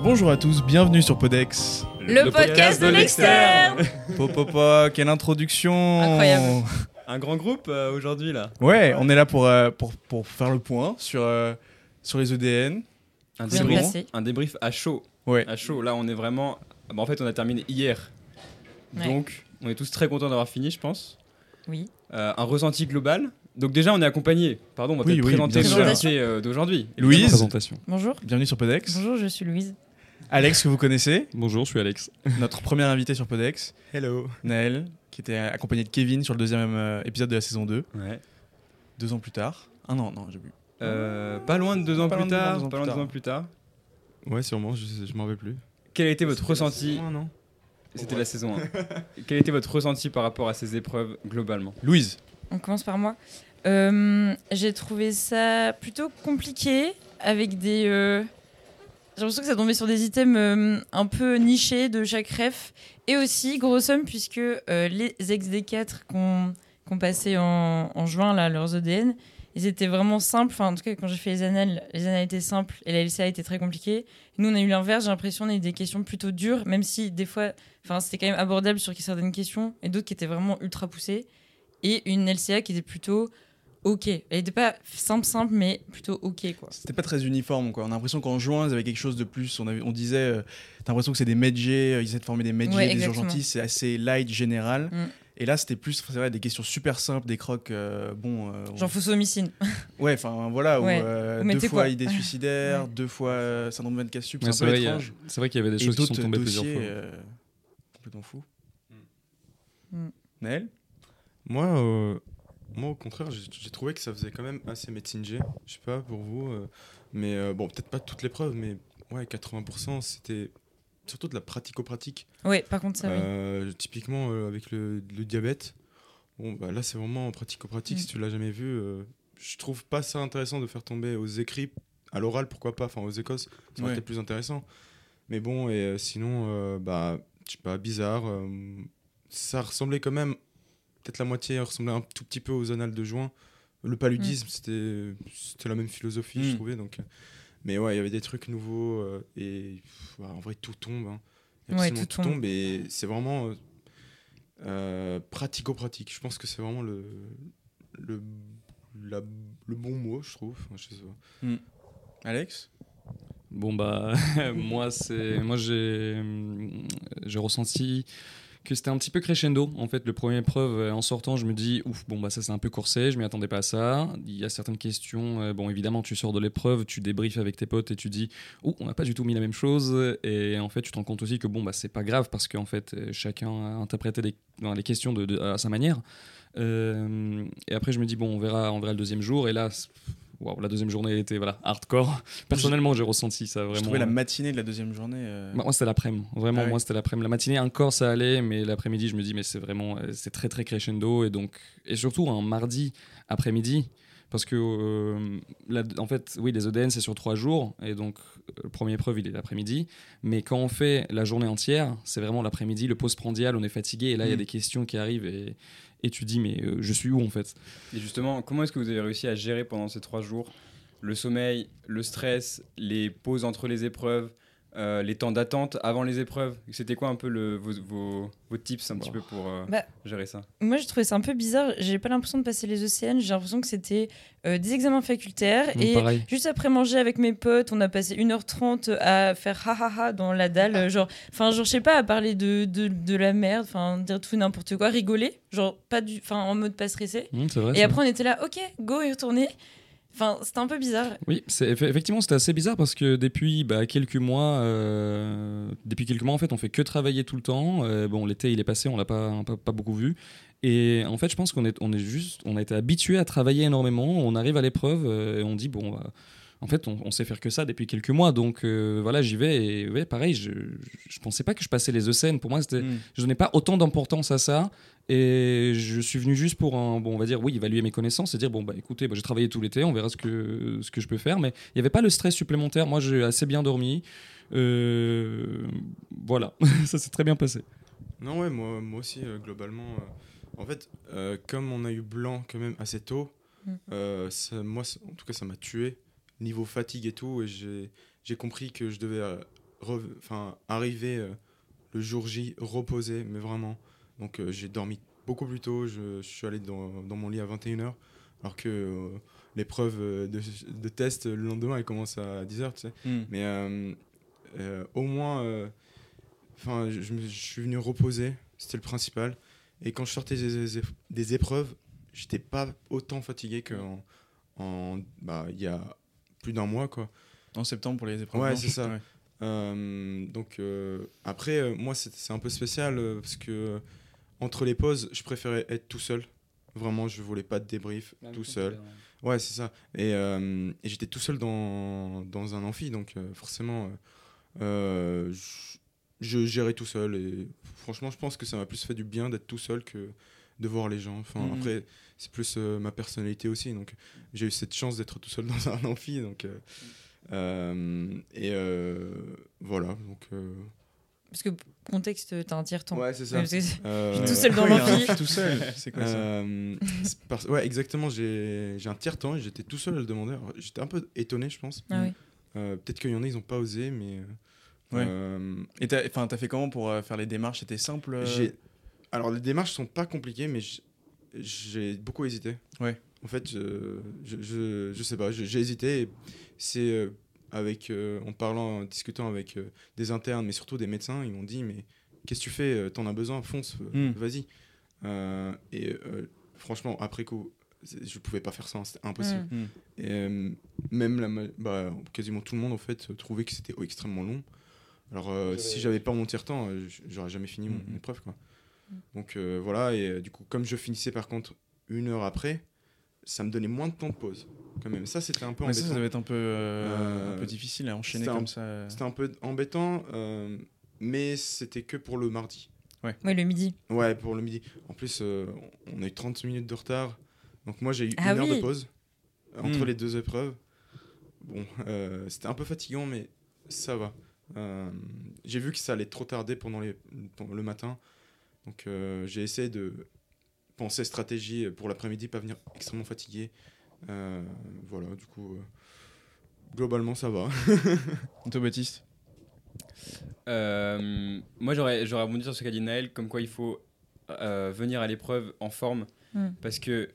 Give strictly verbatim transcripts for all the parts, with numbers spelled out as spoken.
Bonjour à tous, bienvenue sur Podex. Le, le podcast, podcast de l'externe. Popopo, quelle introduction. Incroyable. Un grand groupe euh, aujourd'hui là. Ouais, on est là pour, euh, pour, pour faire le point sur, euh, sur les E D N. Un débrief, un débrief à chaud. Ouais. À chaud, là on est vraiment... Bah, en fait on a terminé hier. Ouais. Donc on est tous très contents d'avoir fini je pense. Oui. Euh, un ressenti global. Donc déjà on est accompagné. Pardon, on va oui, peut-être oui, présenter l'invité euh, d'aujourd'hui. Louise. Présentation. Bonjour. Bienvenue sur Podex. Bonjour, je suis Louise. Alex que vous connaissez. Bonjour, je suis Alex. Notre premier invité sur Podex. Hello. Naël, qui était accompagné de Kevin sur le deuxième euh, épisode de la saison deux. Ouais. Deux ans plus tard. Un an, non, j'ai vu. Euh, pas loin de deux ans pas plus tard. Deux pas loin de deux ans plus tard. Ouais, sûrement, je, je m'en rappelle plus. Quel a été votre ressenti un, non C'était ouais. la saison un. Quel a été votre ressenti par rapport à ces épreuves globalement? Louise. On commence par moi. Euh, j'ai trouvé ça plutôt compliqué avec des... Euh... J'ai l'impression que ça tombait sur des items euh, un peu nichés de chaque ref. Et aussi, gros somme, puisque euh, les X D quatre qu'on qu'on passait en, en juin, là, leurs E D N, ils étaient vraiment simples. Enfin, en tout cas, quand j'ai fait les annales, les annales étaient simples et la L C A était très compliquée. Nous, on a eu l'inverse. J'ai l'impression qu'on a eu des questions plutôt dures, même si des fois, c'était quand même abordable sur certaines questions et d'autres qui étaient vraiment ultra poussées. Et une L C A qui était plutôt... ok. Elle n'était pas simple, simple, mais plutôt ok, quoi. C'était pas très uniforme, quoi. On a l'impression qu'en juin, ils avaient quelque chose de plus. On, avait, on disait, euh, t'as l'impression que c'est des medjay, euh, ils essaient de former des medjay, ouais, des urgentistes, c'est assez light, général. Mm. Et là, c'était plus, c'est vrai, des questions super simples, des crocs, euh, bon... Euh, genre fausse homicide. Ouais, enfin, voilà, ouais. où, euh, deux fois quoi idée suicidaire, ouais. deux fois euh, syndrome de Van Sup, ouais, c'est un peu étrange. A, c'est vrai qu'il y avait des et choses qui sont tombées dossiers, plusieurs fois. Euh, complètement fous. Mm. Naël ? Moi... Euh... Moi, au contraire, j'ai, j'ai trouvé que ça faisait quand même assez médecine G. Je sais pas pour vous, euh, mais euh, bon, peut-être pas toutes les preuves, mais ouais, quatre-vingts pour cent, c'était surtout de la pratico-pratique. Oui, par contre, ça, euh, oui. Typiquement, euh, avec le, le diabète, bon, bah, là, c'est vraiment pratico-pratique. Mm. Si tu l'as jamais vu, euh, je trouve pas ça intéressant de faire tomber aux écrits, à l'oral, pourquoi pas, enfin aux écosses, ça aurait été plus intéressant. Mais bon, et euh, sinon, euh, bah, je sais pas, bizarre. Euh, ça ressemblait quand même. Peut-être la moitié ressemblait un tout petit peu aux annales de juin. Le paludisme, mmh. c'était, c'était la même philosophie, mmh. je trouvais. Donc... Mais ouais, il y avait des trucs nouveaux euh, et pff, en vrai, tout tombe. Hein. Ouais, tout, tout tombe et c'est vraiment euh, pratico-pratique. Je pense que c'est vraiment le, le, la, le bon mot, je trouve. Enfin, je sais pas. Mmh. Alex ? Bon, bah, moi, c'est... moi j'ai... j'ai ressenti... que c'était un petit peu crescendo. En fait, le premier épreuve, en sortant, je me dis, ouf, bon, bah ça c'est un peu coursé, je m'y attendais pas à ça. Il y a certaines questions, euh, bon, évidemment, tu sors de l'épreuve, tu débriefes avec tes potes et tu dis, oh, on n'a pas du tout mis la même chose. Et en fait, tu te rends compte aussi que bon, bah c'est pas grave parce qu'en fait, chacun a interprété les, dans les questions de, de, à sa manière. Euh, et après, je me dis, bon, on verra, on verra le deuxième jour. Et là, wow, la deuxième journée était voilà, hardcore. Personnellement, j'ai ressenti ça vraiment. Je trouvais la matinée de la deuxième journée. Euh... Bah, moi, c'était l'après-midi. Vraiment, ah oui. moi, c'était l'après-midi. La matinée, encore, ça allait, mais l'après-midi, je me dis, mais c'est vraiment, c'est très, très crescendo. Et donc, et surtout un mardi après-midi, parce que, euh, la, en fait, oui, les E D N, c'est sur trois jours, et donc, le premier épreuve, il est l'après-midi. Mais quand on fait la journée entière, c'est vraiment l'après-midi, le postprandial, on est fatigué, et là, il mmh. y a des questions qui arrivent, et. Et tu dis, mais euh, je suis où en fait? Et justement, comment est-ce que vous avez réussi à gérer pendant ces trois jours le sommeil, le stress, les pauses entre les épreuves, euh, les temps d'attente avant les épreuves? C'était quoi un peu le, vos, vos, vos tips un bon. petit peu pour euh, bah, gérer ça? Moi, j'ai trouvé ça un peu bizarre. J'ai pas l'impression de passer les E C N. J'ai l'impression que c'était euh, des examens facultaires. Mmh, et pareil. Juste après manger avec mes potes, on a passé une heure trente à faire ha ha ha dans la dalle. Ah. Genre, enfin, genre, je sais pas, à parler de, de, de la merde, enfin, dire tout n'importe quoi, rigoler. Genre, pas du, en mode pas stressé. Mmh, c'est vrai, et c'est après, vrai. on était là, ok, go y retourner. Enfin, c'était un peu bizarre. Oui, c'est, effectivement, c'était assez bizarre parce que depuis bah, quelques mois, euh, depuis quelques mois, en fait, on fait que travailler tout le temps. Euh, bon, l'été, il est passé, on l'a pas, pas, pas beaucoup vu. Et en fait, je pense qu'on est, on est juste, on a été habitué à travailler énormément. On arrive à l'épreuve euh, et on dit bon. Bah, en fait, on, on sait faire que ça depuis quelques mois, donc euh, voilà, j'y vais. Et ouais, pareil, je, je pensais pas que je passais les E C N. Pour moi, c'était, mm. je donnais pas autant d'importance à ça. Et je suis venu juste pour un, bon, on va dire, oui, évaluer mes connaissances et dire bon bah écoutez, bah, j'ai travaillé tout l'été, on verra ce que ce que je peux faire. Mais il y avait pas le stress supplémentaire. Moi, j'ai assez bien dormi. Euh, voilà, ça s'est très bien passé. Non ouais, moi, moi aussi euh, globalement. Euh, en fait, euh, comme on a eu blanc quand même assez tôt, mm. euh, ça, moi, en tout cas, ça m'a tué. Niveau fatigue et tout, et j'ai, j'ai compris que je devais euh, re- arriver euh, le jour J reposé, mais vraiment. Donc euh, j'ai dormi beaucoup plus tôt, je, je suis allé dans, dans mon lit à vingt et une heures, alors que euh, l'épreuve euh, de, de test le lendemain elle commence à dix heures, tu sais. Mm. Mais euh, euh, au moins, enfin, je, je, me- je suis venu reposer, c'était le principal. Et quand je sortais des, des, des épreuves, j'étais pas autant fatigué qu'en en, bah, il y a plus d'un mois, quoi. En septembre pour les épreuves Ouais, blanches. c'est ça. Ouais. Euh, donc euh, après, euh, moi, c'est, c'est un peu spécial euh, parce que euh, entre les pauses, je préférais être tout seul. Vraiment, je voulais pas de débrief, tout seul. Ouais, c'est ça. Et, euh, et j'étais tout seul dans, dans un amphi, donc euh, forcément, euh, euh, je, je gérais tout seul. Et franchement, je pense que ça m'a plus fait du bien d'être tout seul que de voir les gens. Enfin, Mhm. après, c'est plus euh, ma personnalité aussi. Donc, j'ai eu cette chance d'être tout seul dans un amphi. Donc, euh, euh, et euh, voilà. Donc, euh, Parce que, contexte, t'as un tiers-temps. ouais, c'est ça. Ouais, parce que c'est- Euh, tout seul dans Oui, il y a un l'amphi. amphi tout seul. C'est quoi ça Euh, c'est parce- ouais, exactement. J'ai j'ai un tiers-temps et j'étais tout seul à le demander. Alors, j'étais un peu étonné, je pense. Ah oui. Euh, Peut-être qu'il y en a, ils n'ont pas osé, mais. Ouais. euh, Et t'as, enfin, t'as fait comment pour euh, faire les démarches? C'était simple euh j'ai- Alors, les démarches sont pas compliquées, mais j'- j'ai beaucoup hésité. Ouais. En fait, je, je, je, je sais pas, j'ai j'ai hésité. Et c'est euh, avec, euh, en parlant, en discutant avec euh, des internes, mais surtout des médecins, ils m'ont dit mais qu'est-ce que tu fais? euh, T'en as besoin, fonce, euh, Mm. vas-y. Euh, et euh, franchement, après coup, c'est- je pouvais pas faire ça, hein, c'était impossible. Mm. Mm. Et euh, même la, ma- bah, quasiment tout le monde en fait trouvait que c'était extrêmement long. Alors euh, si j'avais pas mon tiers-temps, euh, j- j'aurais jamais fini mon, Mhm. mon épreuve, quoi. Donc euh, voilà, et euh, du coup comme je finissais par contre une heure après, ça me donnait moins de temps de pause quand même. Ça c'était un peu Ouais, ça, embêtant. ça devait être un peu, euh, Euh, un peu difficile à enchaîner c'était un- comme ça. C'était un peu embêtant, euh, mais c'était que pour le mardi. Ouais, le midi. Ouais, pour le midi. En plus, euh, on a eu trente minutes de retard. Donc moi, j'ai eu Ah une heure oui. de pause entre Mm. les deux épreuves. Bon, euh, c'était un peu fatigant, mais ça va. Euh, j'ai vu que ça allait trop tarder pendant, les, pendant le matin. Donc euh, j'ai essayé de penser stratégie pour l'après-midi, pas venir extrêmement fatigué. Euh, voilà, du coup, euh, globalement, ça va. Et toi, Baptiste? Euh, moi, j'aurais, j'aurais rebondi sur ce qu'a dit Naël, comme quoi il faut euh, venir à l'épreuve en forme, Mm. parce que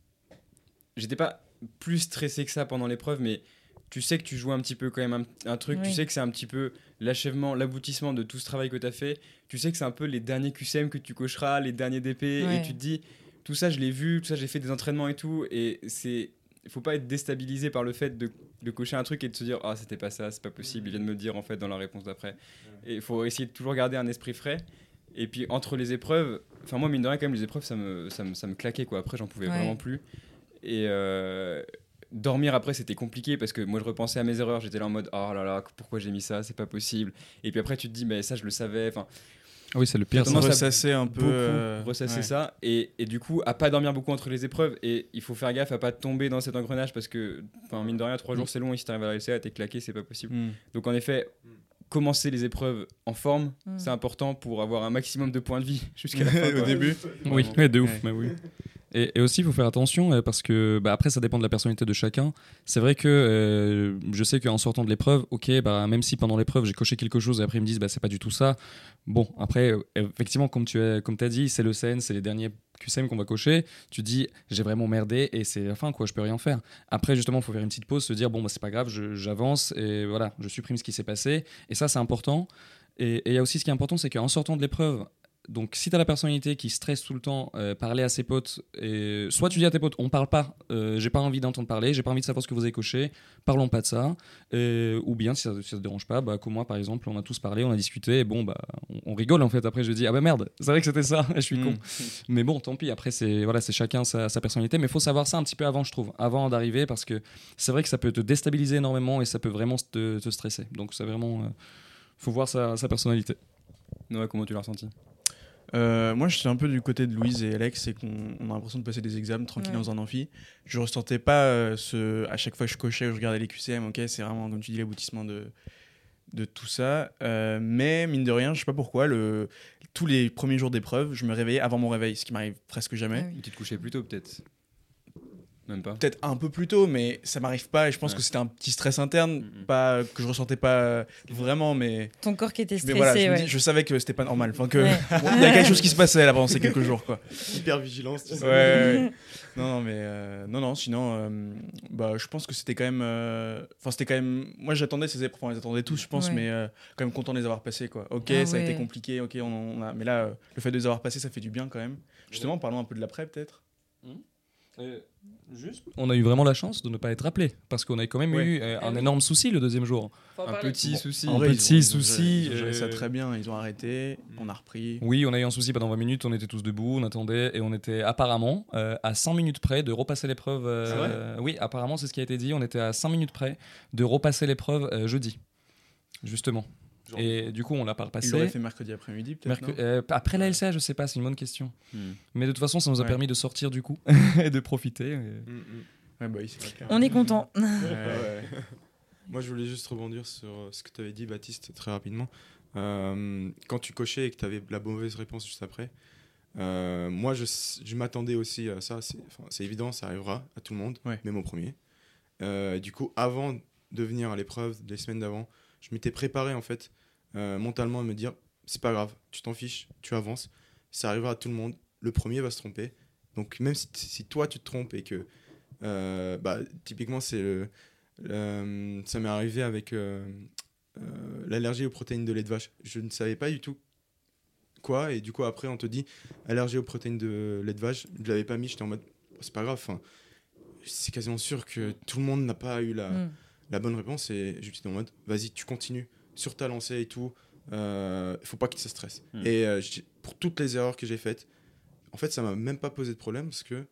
j'étais pas plus stressé que ça pendant l'épreuve, mais tu sais que tu joues un petit peu quand même un, un truc, Oui. tu sais que c'est un petit peu l'achèvement, l'aboutissement de tout ce travail que tu as fait, tu sais que c'est un peu les derniers Q C M que tu cocheras, les derniers D P, Ouais. et tu te dis, tout ça je l'ai vu, tout ça j'ai fait des entraînements et tout, et c'est... Il faut pas être déstabilisé par le fait de, de cocher un truc et de se dire ah c'était pas ça, c'est pas possible, il vient de me le dire en fait dans la réponse d'après. Et il faut essayer de toujours garder un esprit frais. Et puis entre les épreuves, enfin moi mine de rien quand même les épreuves ça me, ça me, ça me claquait quoi. Après j'en pouvais Ouais. vraiment plus. Et euh, dormir après c'était compliqué parce que moi je repensais à mes erreurs, j'étais là en mode oh là là pourquoi j'ai mis ça, c'est pas possible. Et puis après tu te dis mais ça je le savais. Enfin Ah oui, c'est le pire. Comment ça. ça- Ressasser un peu. beaucoup euh, ressasser ouais. ça et, et du coup à pas dormir beaucoup entre les épreuves et il faut faire gaffe à pas tomber dans cet engrenage parce que enfin mine de rien trois jours c'est long et si t'arrives à la laisser à t'es claqué c'est pas possible. Mm. Donc en effet commencer les épreuves en forme Mm. c'est important pour avoir un maximum de points de vie jusqu'à la fin Au quoi. début. Oui, Vraiment. ouais, de ouf, Ouais. mais oui. Et, et aussi, il faut faire attention euh, parce que bah, après, ça dépend de la personnalité de chacun. C'est vrai que euh, je sais qu'en sortant de l'épreuve, ok, bah, même si pendant l'épreuve j'ai coché quelque chose et après ils me disent bah, c'est pas du tout ça. Bon, après, euh, effectivement, comme tu as, comme t'as dit, c'est le C N, c'est les derniers Q C M qu'on va cocher. Tu te dis j'ai vraiment merdé et c'est la fin, quoi, je peux rien faire. Après, justement, il faut faire une petite pause, se dire bon, bah, c'est pas grave, je- j'avance et voilà, je supprime ce qui s'est passé. Et ça, c'est important. Et et il y a aussi ce qui est important, c'est qu'en sortant de l'épreuve, donc si tu as la personnalité qui stresse tout le temps, euh, parler à ses potes, et soit tu dis à tes potes on parle pas, euh, j'ai pas envie d'entendre parler, j'ai pas envie de savoir ce que vous avez coché, parlons pas de ça, Euh, ou bien si ça, si ça te dérange pas, bah, comme moi par exemple, on a tous parlé, on a discuté, et bon bah on, on rigole en fait, après je dis ah bah merde, c'est vrai que c'était ça, je suis Mm. con. Mais bon tant pis, après c'est voilà, c'est chacun sa, sa personnalité, mais il faut savoir ça un petit peu avant je trouve, avant d'arriver, parce que c'est vrai que ça peut te déstabiliser énormément et ça peut vraiment te, te stresser, donc c'est vraiment, euh, faut voir sa, sa personnalité. Noah, comment tu l'as ressenti? Euh, moi, je suis un peu du côté de Louise et Alex, c'est qu'on on a l'impression de passer des examens tranquille Ouais. dans un amphi. Je ressentais pas euh, ce. À chaque fois que je cochais, je regardais les Q C M, ok, c'est vraiment, comme tu dis, l'aboutissement de, de tout ça. Euh, mais mine de rien, je sais pas pourquoi, le, tous les premiers jours d'épreuve, je me réveillais avant mon réveil, ce qui m'arrive presque jamais. Ah oui. Tu te couchais plus tôt peut-être? Même pas. peut-être un peu plus tôt, mais ça m'arrive pas. Et je pense Ouais. que c'était un petit stress interne, Mhm. pas que je ressentais pas vraiment, mais, Ton corps qui était mais stressé, voilà, je, me ouais. dis- je savais que c'était pas normal. Enfin que Ouais. bon, il y a quelque chose qui se passait là pendant ces quelques jours, quoi. Hyper vigilance, tu sais. Ouais, ouais, ouais. Non, non, mais euh, non, non. Sinon, euh, bah, je pense que c'était quand même. euh, Enfin, c'était quand même. Moi, j'attendais ces épreuves. On les attendait tous, je pense, Ouais. mais euh, quand même content de les avoir passés, quoi. Ok, Ah ça a été ouais. compliqué. Ok, on, on a. Mais là, euh, le fait de les avoir passés, ça fait du bien quand même. Justement, parlons un peu de l'après, peut-être. Juste, on a eu vraiment la chance de ne pas être appelé parce qu'on a quand même Ouais. eu euh, Ah un oui. énorme souci le deuxième jour. Un petit souci. Un En vrai, ils petit ont- ils ont souci, géré- Ils ont géré ça euh, très bien. Ils ont arrêté. On a repris. Oui, on a eu un souci pendant vingt minutes, on était tous debout, on attendait et on était apparemment euh, à cinq minutes près de repasser l'épreuve. euh, C'est vrai euh, oui, apparemment, c'est ce qui a été dit. On était à cinq minutes près de repasser l'épreuve euh, jeudi, justement. Genre- Et du coup, on l'a pas Ils repassé. l'auraient fait mercredi après-midi, peut-être. Mercre- non euh, après la L C A, je sais pas, c'est une bonne question. Hmm. Mais de toute façon, ça nous a Ouais. permis de sortir du coup et de profiter. et- Mm, mm. Ouais, bah oui, c'est clair. On est content. Ouais. Ouais. Moi, je voulais juste rebondir sur euh, ce que tu avais dit, Baptiste, très rapidement. Euh, quand tu cochais et que tu avais la mauvaise réponse juste après, euh, moi, je, je m'attendais aussi à ça. C'est, enfin, c'est évident, ça arrivera à tout le monde, Ouais. même au premier. Euh, du coup, avant de venir à l'épreuve, des semaines d'avant, je m'étais préparé, en fait, euh, mentalement à me dire, c'est pas grave, tu t'en fiches, tu avances, ça arrivera à tout le monde. Le premier va se tromper. Donc, même si, si toi, tu te trompes et que Euh, bah, typiquement, c'est le, le- ça m'est arrivé avec euh, euh, l'allergie aux protéines de lait de vache. Je ne savais pas du tout quoi, et du coup, après, on te dit allergie aux protéines de lait de vache. Je ne l'avais pas mis, j'étais en mode, oh, c'est pas grave. Enfin, c'est quasiment sûr que tout le monde n'a pas eu la, Mm. la bonne réponse, et j'étais en mode, vas-y, tu continues sur ta lancée et tout. Il euh, faut pas qu'il se stresse. Mm. Et euh, j'ai- pour toutes les erreurs que j'ai faites, en fait, ça m'a même pas posé de problème parce que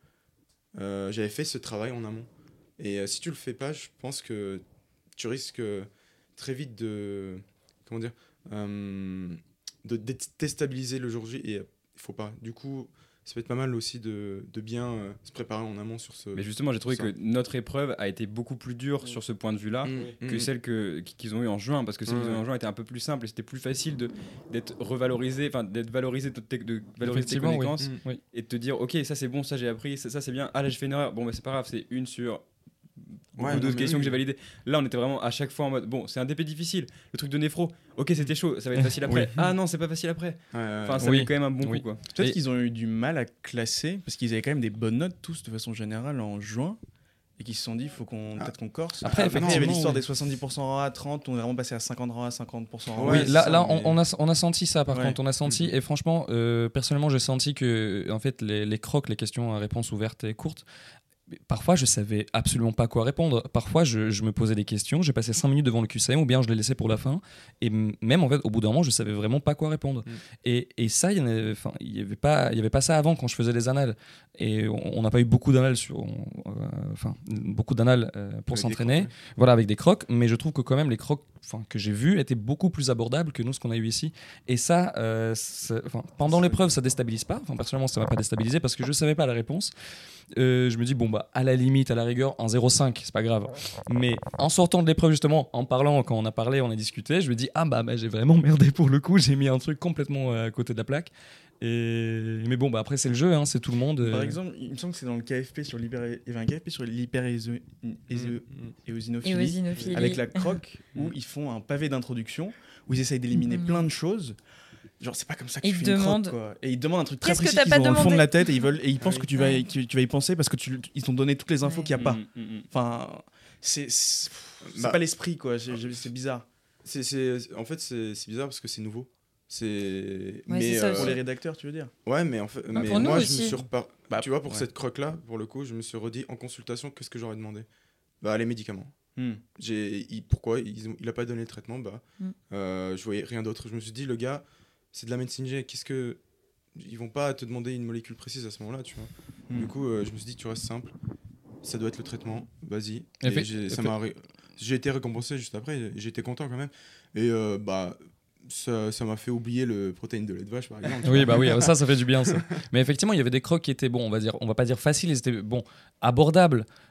euh, j'avais fait ce travail en amont. Et euh, si tu le fais pas, je pense que tu risques très vite de, comment dire, euh, de dé- déstabiliser le jour J, et il faut pas. Du coup, ça peut être pas mal aussi de, de bien euh, se préparer en amont sur ce. Mais justement, j'ai trouvé ça. que notre épreuve a été beaucoup plus dure Mm. sur ce point de vue-là Mm, que mm. celle que, qu'ils ont eu en juin, parce que celle qu'ils ont eu en Ouais. juin était un peu plus simple et c'était plus facile de, d'être revalorisé, enfin d'être valorisé, de, de valoriser tes Effectivement, oui. connaissances Mm. Oui. et de te dire, ok, ça c'est bon, ça j'ai appris, ça, ça c'est bien, ah là j'ai fait une erreur, bon bah c'est pas grave, c'est une sur beaucoup Ouais, non, d'autres mais questions oui. que j'ai validées. Là on était vraiment à chaque fois en mode, bon c'est un D P difficile, le truc de néphro, ok c'était chaud, ça va être facile après, Oui. ah non c'est pas facile après, Ouais, ouais, enfin ça Oui. met quand même un bon Oui. coup quoi. Peut-être Et- qu'ils ont eu du mal à classer, parce qu'ils avaient quand même des bonnes notes tous de façon générale en juin, et qu'ils se sont dit, il faut qu'on Ah. peut-être qu'on corse. Après, il y avait effectivement, l'histoire oui. des soixante-dix pour cent rangs à trente, on est vraiment passé à cinquante rangs à cinquante pour cent rangs. Ouais, Oui, c'est là, ça, là mais- on, on a, on a senti ça par Ouais. contre, on a senti, Mhm. et franchement, euh, personnellement, j'ai senti que en fait, les, les crocs, les questions à réponse ouverte et courte, parfois je savais absolument pas quoi répondre. Parfois je, je me posais des questions, j'ai passé cinq minutes devant le Q C M ou bien je les laissais pour la fin, et m- même en fait, au bout d'un moment, je savais vraiment pas quoi répondre. Mhm. Et, et ça, il y en avait, enfin, il y avait pas, il y avait pas ça avant quand je faisais les annales, et on on n'a pas eu beaucoup d'annales sur, euh, enfin, beaucoup d'annales euh, pour Avec des s'entraîner. crocs, Voilà, avec des crocs, mais je trouve que quand même les crocs enfin, que j'ai vus étaient beaucoup plus abordables que nous, ce qu'on a eu ici. Et ça, euh, c'est- enfin, pendant C'est- l'épreuve, ça déstabilise pas. Enfin, personnellement, ça m'a pas déstabilisé parce que je savais pas la réponse. Euh, je me dis, bon, bah, à la limite, à la rigueur, un zéro virgule cinq, c'est pas grave. Mais en sortant de l'épreuve, justement, en parlant, quand on a parlé, on a discuté, je me dis, ah bah, bah, j'ai vraiment merdé pour le coup, j'ai mis un truc complètement euh, à côté de la plaque. Et... Mais bon, bah, après, c'est le jeu, hein, c'est tout le monde. euh, Par exemple, il me semble que c'est dans le K F P sur l'hyper... Il y avait un K F P sur l'hyperéosinophilie Éosinophilie. avec la croque où ils font un pavé d'introduction où ils essayent d'éliminer Mhm. plein de choses. Genre, c'est pas comme ça que Ils tu fais te une demandent- croque, quoi. Et ils te demandent un truc très Qu'est-ce que précis t'as qu'ils pas ont dans le fond demandé de la tête et ils, veulent, et ils pensent oui. que tu vas, Ouais. que tu vas y penser parce que tu, ils t'ont donné toutes les infos Ouais. qu'il n'y a pas. Mm, mm, mm. Enfin, c'est c'est c'est Bah- pas l'esprit, quoi. J'ai- j'ai- C'est bizarre. C'est, c'est, en fait, c'est, c'est bizarre parce que c'est nouveau. C'est, Ouais, mais c'est ça euh, aussi. Pour les rédacteurs, tu veux dire ouais, mais en fait, Bah, mais pour nous moi, je aussi. me suis repar... Bah, tu vois, pour ouais. cette croque-là, pour le coup, je me suis redit en consultation, qu'est-ce que j'aurais demandé? Bah, les médicaments. Hmm. J'ai, il- pourquoi ils ont- il a pas donné le traitement? Bah, Mm. euh, je voyais rien d'autre. Je me suis dit, le gars, c'est de la médecine G. Qu'est-ce que ils vont pas te demander une molécule précise à ce moment-là, tu vois? Hmm. Du coup, euh, je me suis dit, tu restes simple. Ça doit être le traitement. Vas-y. Et Effe- j'ai, ça effe- m'a, ré- j'ai été récompensé juste après. J'étais content quand même. Et euh, bah, ça, ça m'a fait oublier le protéine de lait de vache, par exemple. tu Oui, vois. bah oui, ça, ça fait du bien, ça. Mais effectivement, il y avait des crocs qui étaient, bon, on va dire, on va pas dire faciles, ils étaient, bon, abordables.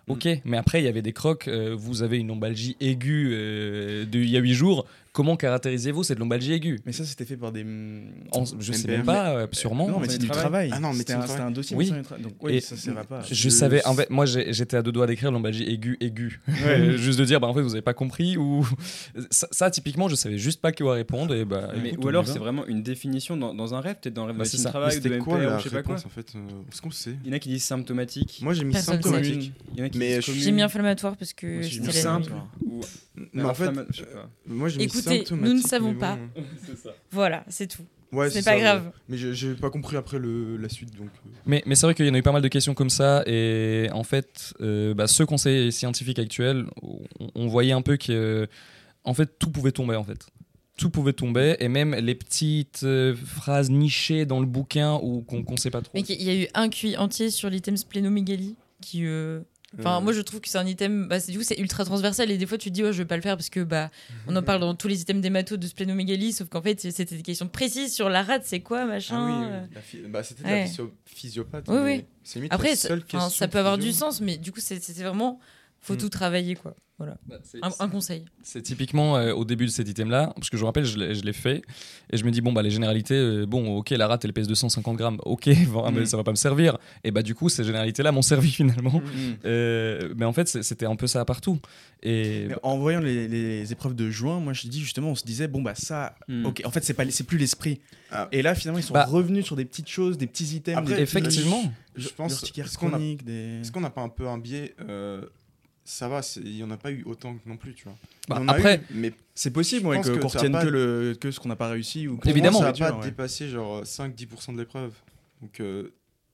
Ok, mais après, il y avait des crocs. euh, vous avez une lombalgie aiguë euh, de, il y a huit jours. Comment caractérisez-vous cette lombalgie aiguë? Mais ça, c'était fait par des. En- Je sais M P R. même pas, euh, sûrement. Non, mais médecin c'est du du travail. travail. Ah non, c'était médecin un, du c'était travail. un dossier. Oui. médecin du travail. Donc, oui, Et ça, ça va pas. Je, Je- savais, en fait, moi j'ai- j'étais à deux doigts d'écrire lombalgie aiguë, aiguë. Ouais, juste de dire, bah en fait, vous avez pas compris. Ou ça, ça, typiquement, je savais juste pas quoi répondre. Et bah, Mais, écoute, ou on alors y va. c'est vraiment une définition dans, dans un rêve, peut-être dans un rêve Bah, de c'est médecine ça. du travail ou de C'était M P quoi R la ou je sais pas quoi. réponse en fait euh, Est-ce qu'on sait? Il y en a qui disent symptomatique. Moi j'ai mis Personne sait. symptomatique. Il y en a qui Mais disent je- commune. J'ai mis inflammatoire parce que Moi aussi, j'ai mis c'était la nuit. simple. Ou Mais en fait, inflamma- je sais pas. moi j'ai mis Écoutez, symptomatique. nous ne savons mais pas. bon. Voilà, c'est tout. Ouais, C'est c'est pas ça, grave. ouais. Mais j'ai j'ai pas compris après le, la suite donc. euh, Mais, mais c'est vrai qu'il y en a eu pas mal de questions comme ça. Et en fait, euh, bah, ce conseil scientifique actuel, on, on voyait un peu que en fait, tout pouvait tomber. En fait. Tout pouvait tomber. Et même les petites euh, phrases nichées dans le bouquin ou qu'on qu'on sait pas trop. Mais il y a eu un Q I entier sur l'item splénomégalie qui. euh, Enfin, euh, moi je trouve que c'est un item, bah, c'est, du coup c'est ultra transversal et des fois tu te dis, oh, je vais pas le faire parce que bah, on en parle dans tous les items d'hémato de splénomégalie, sauf qu'en fait c'était des questions précises sur la rate, c'est quoi, machin. Ah oui, euh. oui. La phy- bah, c'était de Ouais. la physio- physiopathe. Oui, mais oui. c'est limite Après, la ça, seule enfin, question ça peut avoir physio. du sens, mais du coup c'est, c'est vraiment, faut Mm. tout travailler quoi. Voilà, Bah, c'est- un, un conseil. C'est typiquement euh, au début de cet item-là, parce que je me rappelle, je l'ai, je l'ai fait, et je me dis, bon, bah, les généralités, euh, bon, ok, la rate, elle pèse deux cent cinquante grammes, ok, bon, mais Mm. ça va pas me servir. Et bah, du coup, ces généralités-là m'ont servi finalement. Mm. Euh, mais en fait, c'est- c'était un peu ça partout. Et Mais en voyant les, les épreuves de juin, moi je dis justement, on se disait bon bah ça, Hmm. ok. En fait c'est pas, c'est plus l'esprit. Ah. Et là finalement ils sont Bah. revenus sur des petites choses, des petits items. Après, des effectivement, Je petits- pense. l'urticaire Est-ce qu'on a, chronique, des. est-ce qu'on n'a pas un peu un biais euh, Ça va, c'est- il y en a pas eu autant non plus, tu vois. Bah, Il y en a après- eu, mais C'est possible, Je ouais, pense que, que qu'on ça a retienne pas- que, le, que ce qu'on n'a pas réussi ou que- pour Évidemment. moi, ça Dur, n'a pas ouais. dépassé genre cinq dix pour cent de l'épreuve. Donc euh,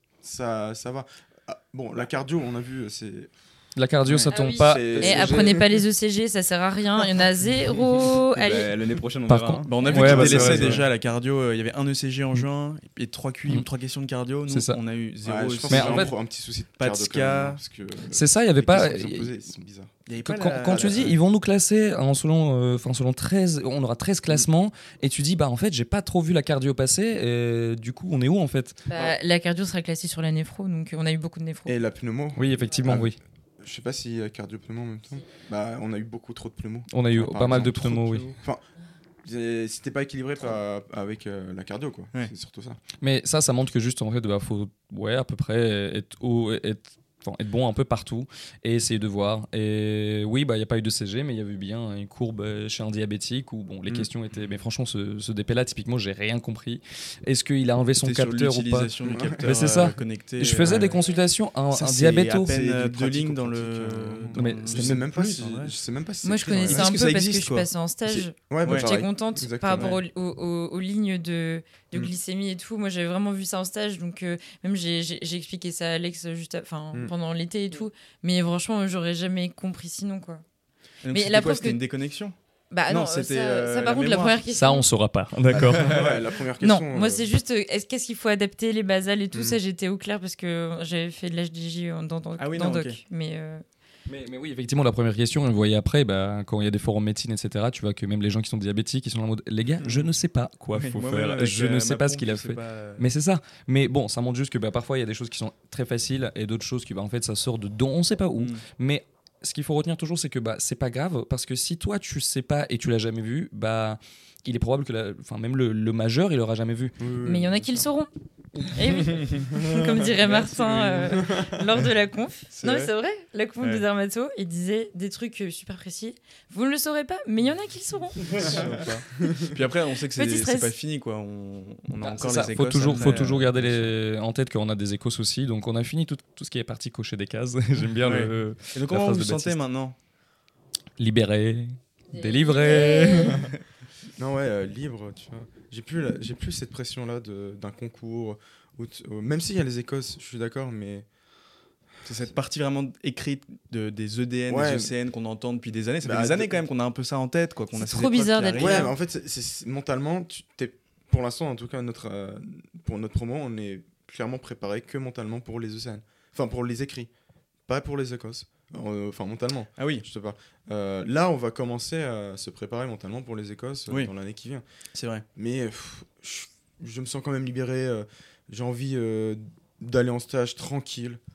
ça, ça va. Ah, bon, la cardio, on a vu, c'est. la cardio, Ouais. ça Ah tombe oui. pas. c'est- Et c'est- apprenez pas les E C G, ça sert à rien, il y en a zéro. Eh Allez. ben, l'année prochaine, on Par verra. contre- hein. Bah, on a vu Ouais, qu'ils bah, c'est délaissaient vrai, c'est déjà la cardio. euh, Il y avait un E C G en Mm. juin et trois Q I Mm. ou trois questions de cardio. Nous, C'est ça. on a eu zéro. Ouais, je aussi. pense Mais qu'il y a en un, fait, pro- un petit souci de pas de cardio ska. quand même, hein, parce que C'est ça, il y avait les pas. questions qu'ils ont posées, ils sont bizarres. Il y avait Quand, pas la- quand tu la- dis ils vont nous classer en selon, euh, enfin selon treize, on aura treize classements et tu dis bah en fait j'ai pas trop vu la cardio passer et du coup on est où en fait? Bah, la cardio sera classée sur la néphro, donc on a eu beaucoup de néphro. Et la pneumo. Oui effectivement Ah, oui. Je sais pas si la cardio pneumo en même temps. Bah, on a eu beaucoup trop de pneumo. On a eu Enfin, par pas mal de exemple, trop pneumos oui. pneumo. Enfin, c'est- c'était pas équilibré par- avec euh, la cardio quoi. Ouais. C'est surtout ça. Mais ça ça montre que juste en fait bah faut ouais à peu près être haut, être enfin, être bon un peu partout et essayer de voir. Et oui, bah il n'y a pas eu de C G, mais il y avait bien une courbe euh, chez un diabétique où bon, les Mm. questions étaient. Mais franchement, ce, ce D P-là, typiquement, j'ai rien compris. Est-ce qu'il a enlevé son C'était sur capteur ou pas? l'utilisation du Ouais. capteur Mais c'est ça. euh, connecté. Je faisais euh, des consultations à un, ça, un c'est diabéto. à peine C'est euh, du deux lignes dans le. pratico-pratique, euh, dans mais le- c'était Je sais même même pas plus, si. en vrai. Je sais même pas si Moi c'est je écrit dans la- connaissais Est-ce un que peu ça parce existe, que je quoi passais en stage. Ouais, bah, Ouais. J'étais pareil. contente Exactement. par rapport aux, aux- aux- aux lignes de, de Mm. glycémie et tout. Moi, j'avais vraiment vu ça en stage, donc euh, même j'ai j'ai- j'ai expliqué ça à Alex juste à- enfin, Mm. pendant l'été et tout. Mais franchement, j'aurais jamais compris sinon quoi. Et donc, Mais c'était la quoi, preuve c'était que- une déconnexion. Bah Non, non, c'était, ça, euh, ça, la par contre, la mémoire. première question. Ça, on saura pas. D'accord. Ouais, la première Non, question. moi euh, c'est juste euh, est-ce qu'est-ce qu'il faut adapter les basales et tout Mm. ça, j'étais au clair parce que j'avais fait de l'H D J dans, dans, Ah oui, dans non, Doc. ok. Mais euh, Mais, mais oui, effectivement, la première question, on le voyait après, bah, quand il y a des forums médecine, et cetera, tu vois que même les gens qui sont diabétiques, ils sont en mode les gars, je ne sais pas quoi Oui, faut moi-même, faire, avec, je euh, ne sais ma pas ce pompe, qu'il a je sais fait. pas, euh, Mais c'est ça. Mais bon, ça montre juste que bah, parfois il y a des choses qui sont très faciles et d'autres choses qui, bah, en fait, ça sort de dont on sait pas où. mm. Mais ce qu'il faut retenir toujours, c'est que bah, c'est pas grave parce que si toi tu sais pas et tu l'as jamais vu, bah il est probable que la... enfin, même le, le majeur il l'aura jamais vu. oui, oui, mais il y en a bien qui le sûr. sauront. Eh oui, comme dirait Martin euh, lors de la conf. C'est Non, mais vrai c'est vrai, la conf Ouais. des dermatos, il disait des trucs euh, super précis. Vous ne le saurez pas, mais il y en a qui le sauront. Puis après, on sait que c'est Petit stress. c'est pas fini, quoi. On, on a Ah, encore c'est ça. les faut Écosses toujours, après, faut euh, toujours garder les... en tête qu'on a des échos aussi. Donc on a fini tout, tout ce qui est parti cocher des cases. J'aime bien Ouais. le Et donc, la comment phrase vous de vous sentez Baptiste. maintenant? libéré, délivré. Non, ouais, euh, libre, tu vois. J'ai plus, la- j'ai plus cette pression-là de- d'un concours. Où tu- euh, même s'il y a les Écosses, je suis d'accord, mais. C'est cette partie vraiment écrite de, des E D N, Ouais. des E C N qu'on entend depuis des années. Ça Bah, fait des années de- quand même qu'on a un peu ça en tête, quoi. Qu'on a C'est ces trop épreuves bizarre qui d'être arrivent. Ouais, mais en fait, c'est- c'est- mentalement, tu t'es, pour l'instant, en tout cas, notre, euh, pour notre promo, on est clairement préparé que mentalement pour les E C N. Enfin, pour les écrits, pas pour les Écosses. Euh, Enfin, mentalement, Ah oui, je sais pas. Euh, là, on va commencer à se préparer mentalement pour les Écosses euh, Oui. dans l'année qui vient. c'est vrai. Mais pff, je, je me sens quand même libéré. euh, j'ai envie euh, d'aller en stage tranquille.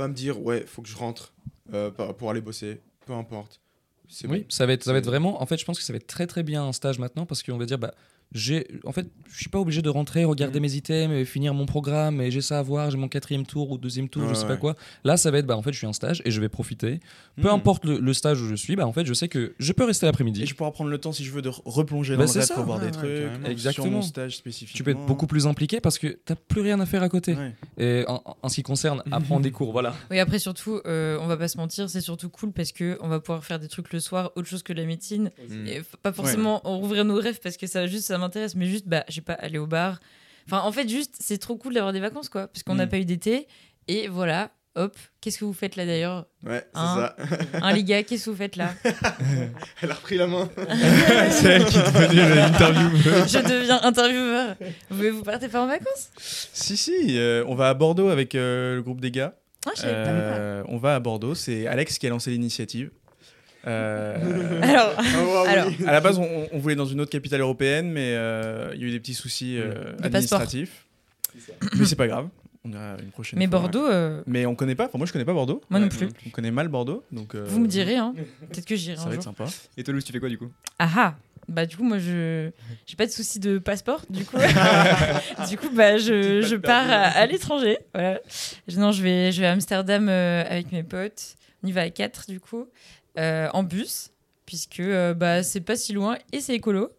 pas me dire ouais, faut que je rentre euh, pour aller bosser, peu importe. C'est Oui, bon. ça va être, ça va être C'est- vraiment. En fait, je pense que ça va être très très bien un stage maintenant parce qu'on va dire bah j'ai, en fait, je suis pas obligé de rentrer, regarder Mhm. mes items, et finir mon programme et j'ai ça à voir, j'ai mon quatrième tour ou deuxième tour, je Ouais, sais pas ouais. quoi. Là, ça va être bah en fait, je suis en stage et je vais profiter. Peu Hmm. importe le, le stage où je suis, bah en fait, je sais que je peux rester l'après-midi. Et je pourrais prendre le temps si je veux de re- replonger Bah, dans le c'est rêve ça, pour voir ouais, des ouais, trucs. carrément. Sur Exactement. mon stage spécifiquement. Tu peux être beaucoup plus impliqué parce que t'as plus rien à faire à côté. Ouais. Et en, en ce qui concerne apprendre des cours, voilà. Oui, après, surtout, euh, on va pas se mentir, c'est surtout cool parce qu'on va pouvoir faire des trucs le soir, autre chose que la médecine. Mm. Et f- pas forcément rouvrir nos rêves parce que ça, juste, ça m'intéresse, mais juste, bah, je sais pas, aller au bar. Enfin, en fait, juste, c'est trop cool d'avoir des vacances, quoi, parce qu'on n'a Mm. pas eu d'été. Et voilà, hop, qu'est-ce que vous faites là d'ailleurs Ouais, c'est Hein ça. Hein, les gars, qu'est-ce que vous faites là Elle a repris la main. C'est elle qui est devenue l'intervieweuse. Je deviens intervieweur. Vous, vous partez pas en vacances Si, si, euh, on va à Bordeaux avec euh, le groupe des gars. Ah, je savais pas. Euh, on va à Bordeaux, c'est Alex qui a lancé l'initiative. Euh, Alors, Ah, ouais, Alors. oui. à la base, on, on voulait dans une autre capitale européenne, mais euh, il y a eu des petits soucis euh, De passeport. administratifs. Mais c'est pas grave, on ira une prochaine mais fois. Bordeaux, euh, Mais on connaît pas, enfin moi je connais pas Bordeaux. moi non Ouais, plus. moi On connaît mal Bordeaux, donc. euh, Vous me direz, hein. Peut-être que j'irai Ça un va être jour. sympa. Et Toulouse, tu fais quoi du coup? Ah ah. Bah du coup moi je j'ai pas de souci de passeport du coup du coup bah je, je pars à, à l'étranger voilà. Je- non je vais je vais à Amsterdam euh, avec mes potes, on y va à quatre du coup euh, en bus puisque euh, bah c'est pas si loin et c'est écolo.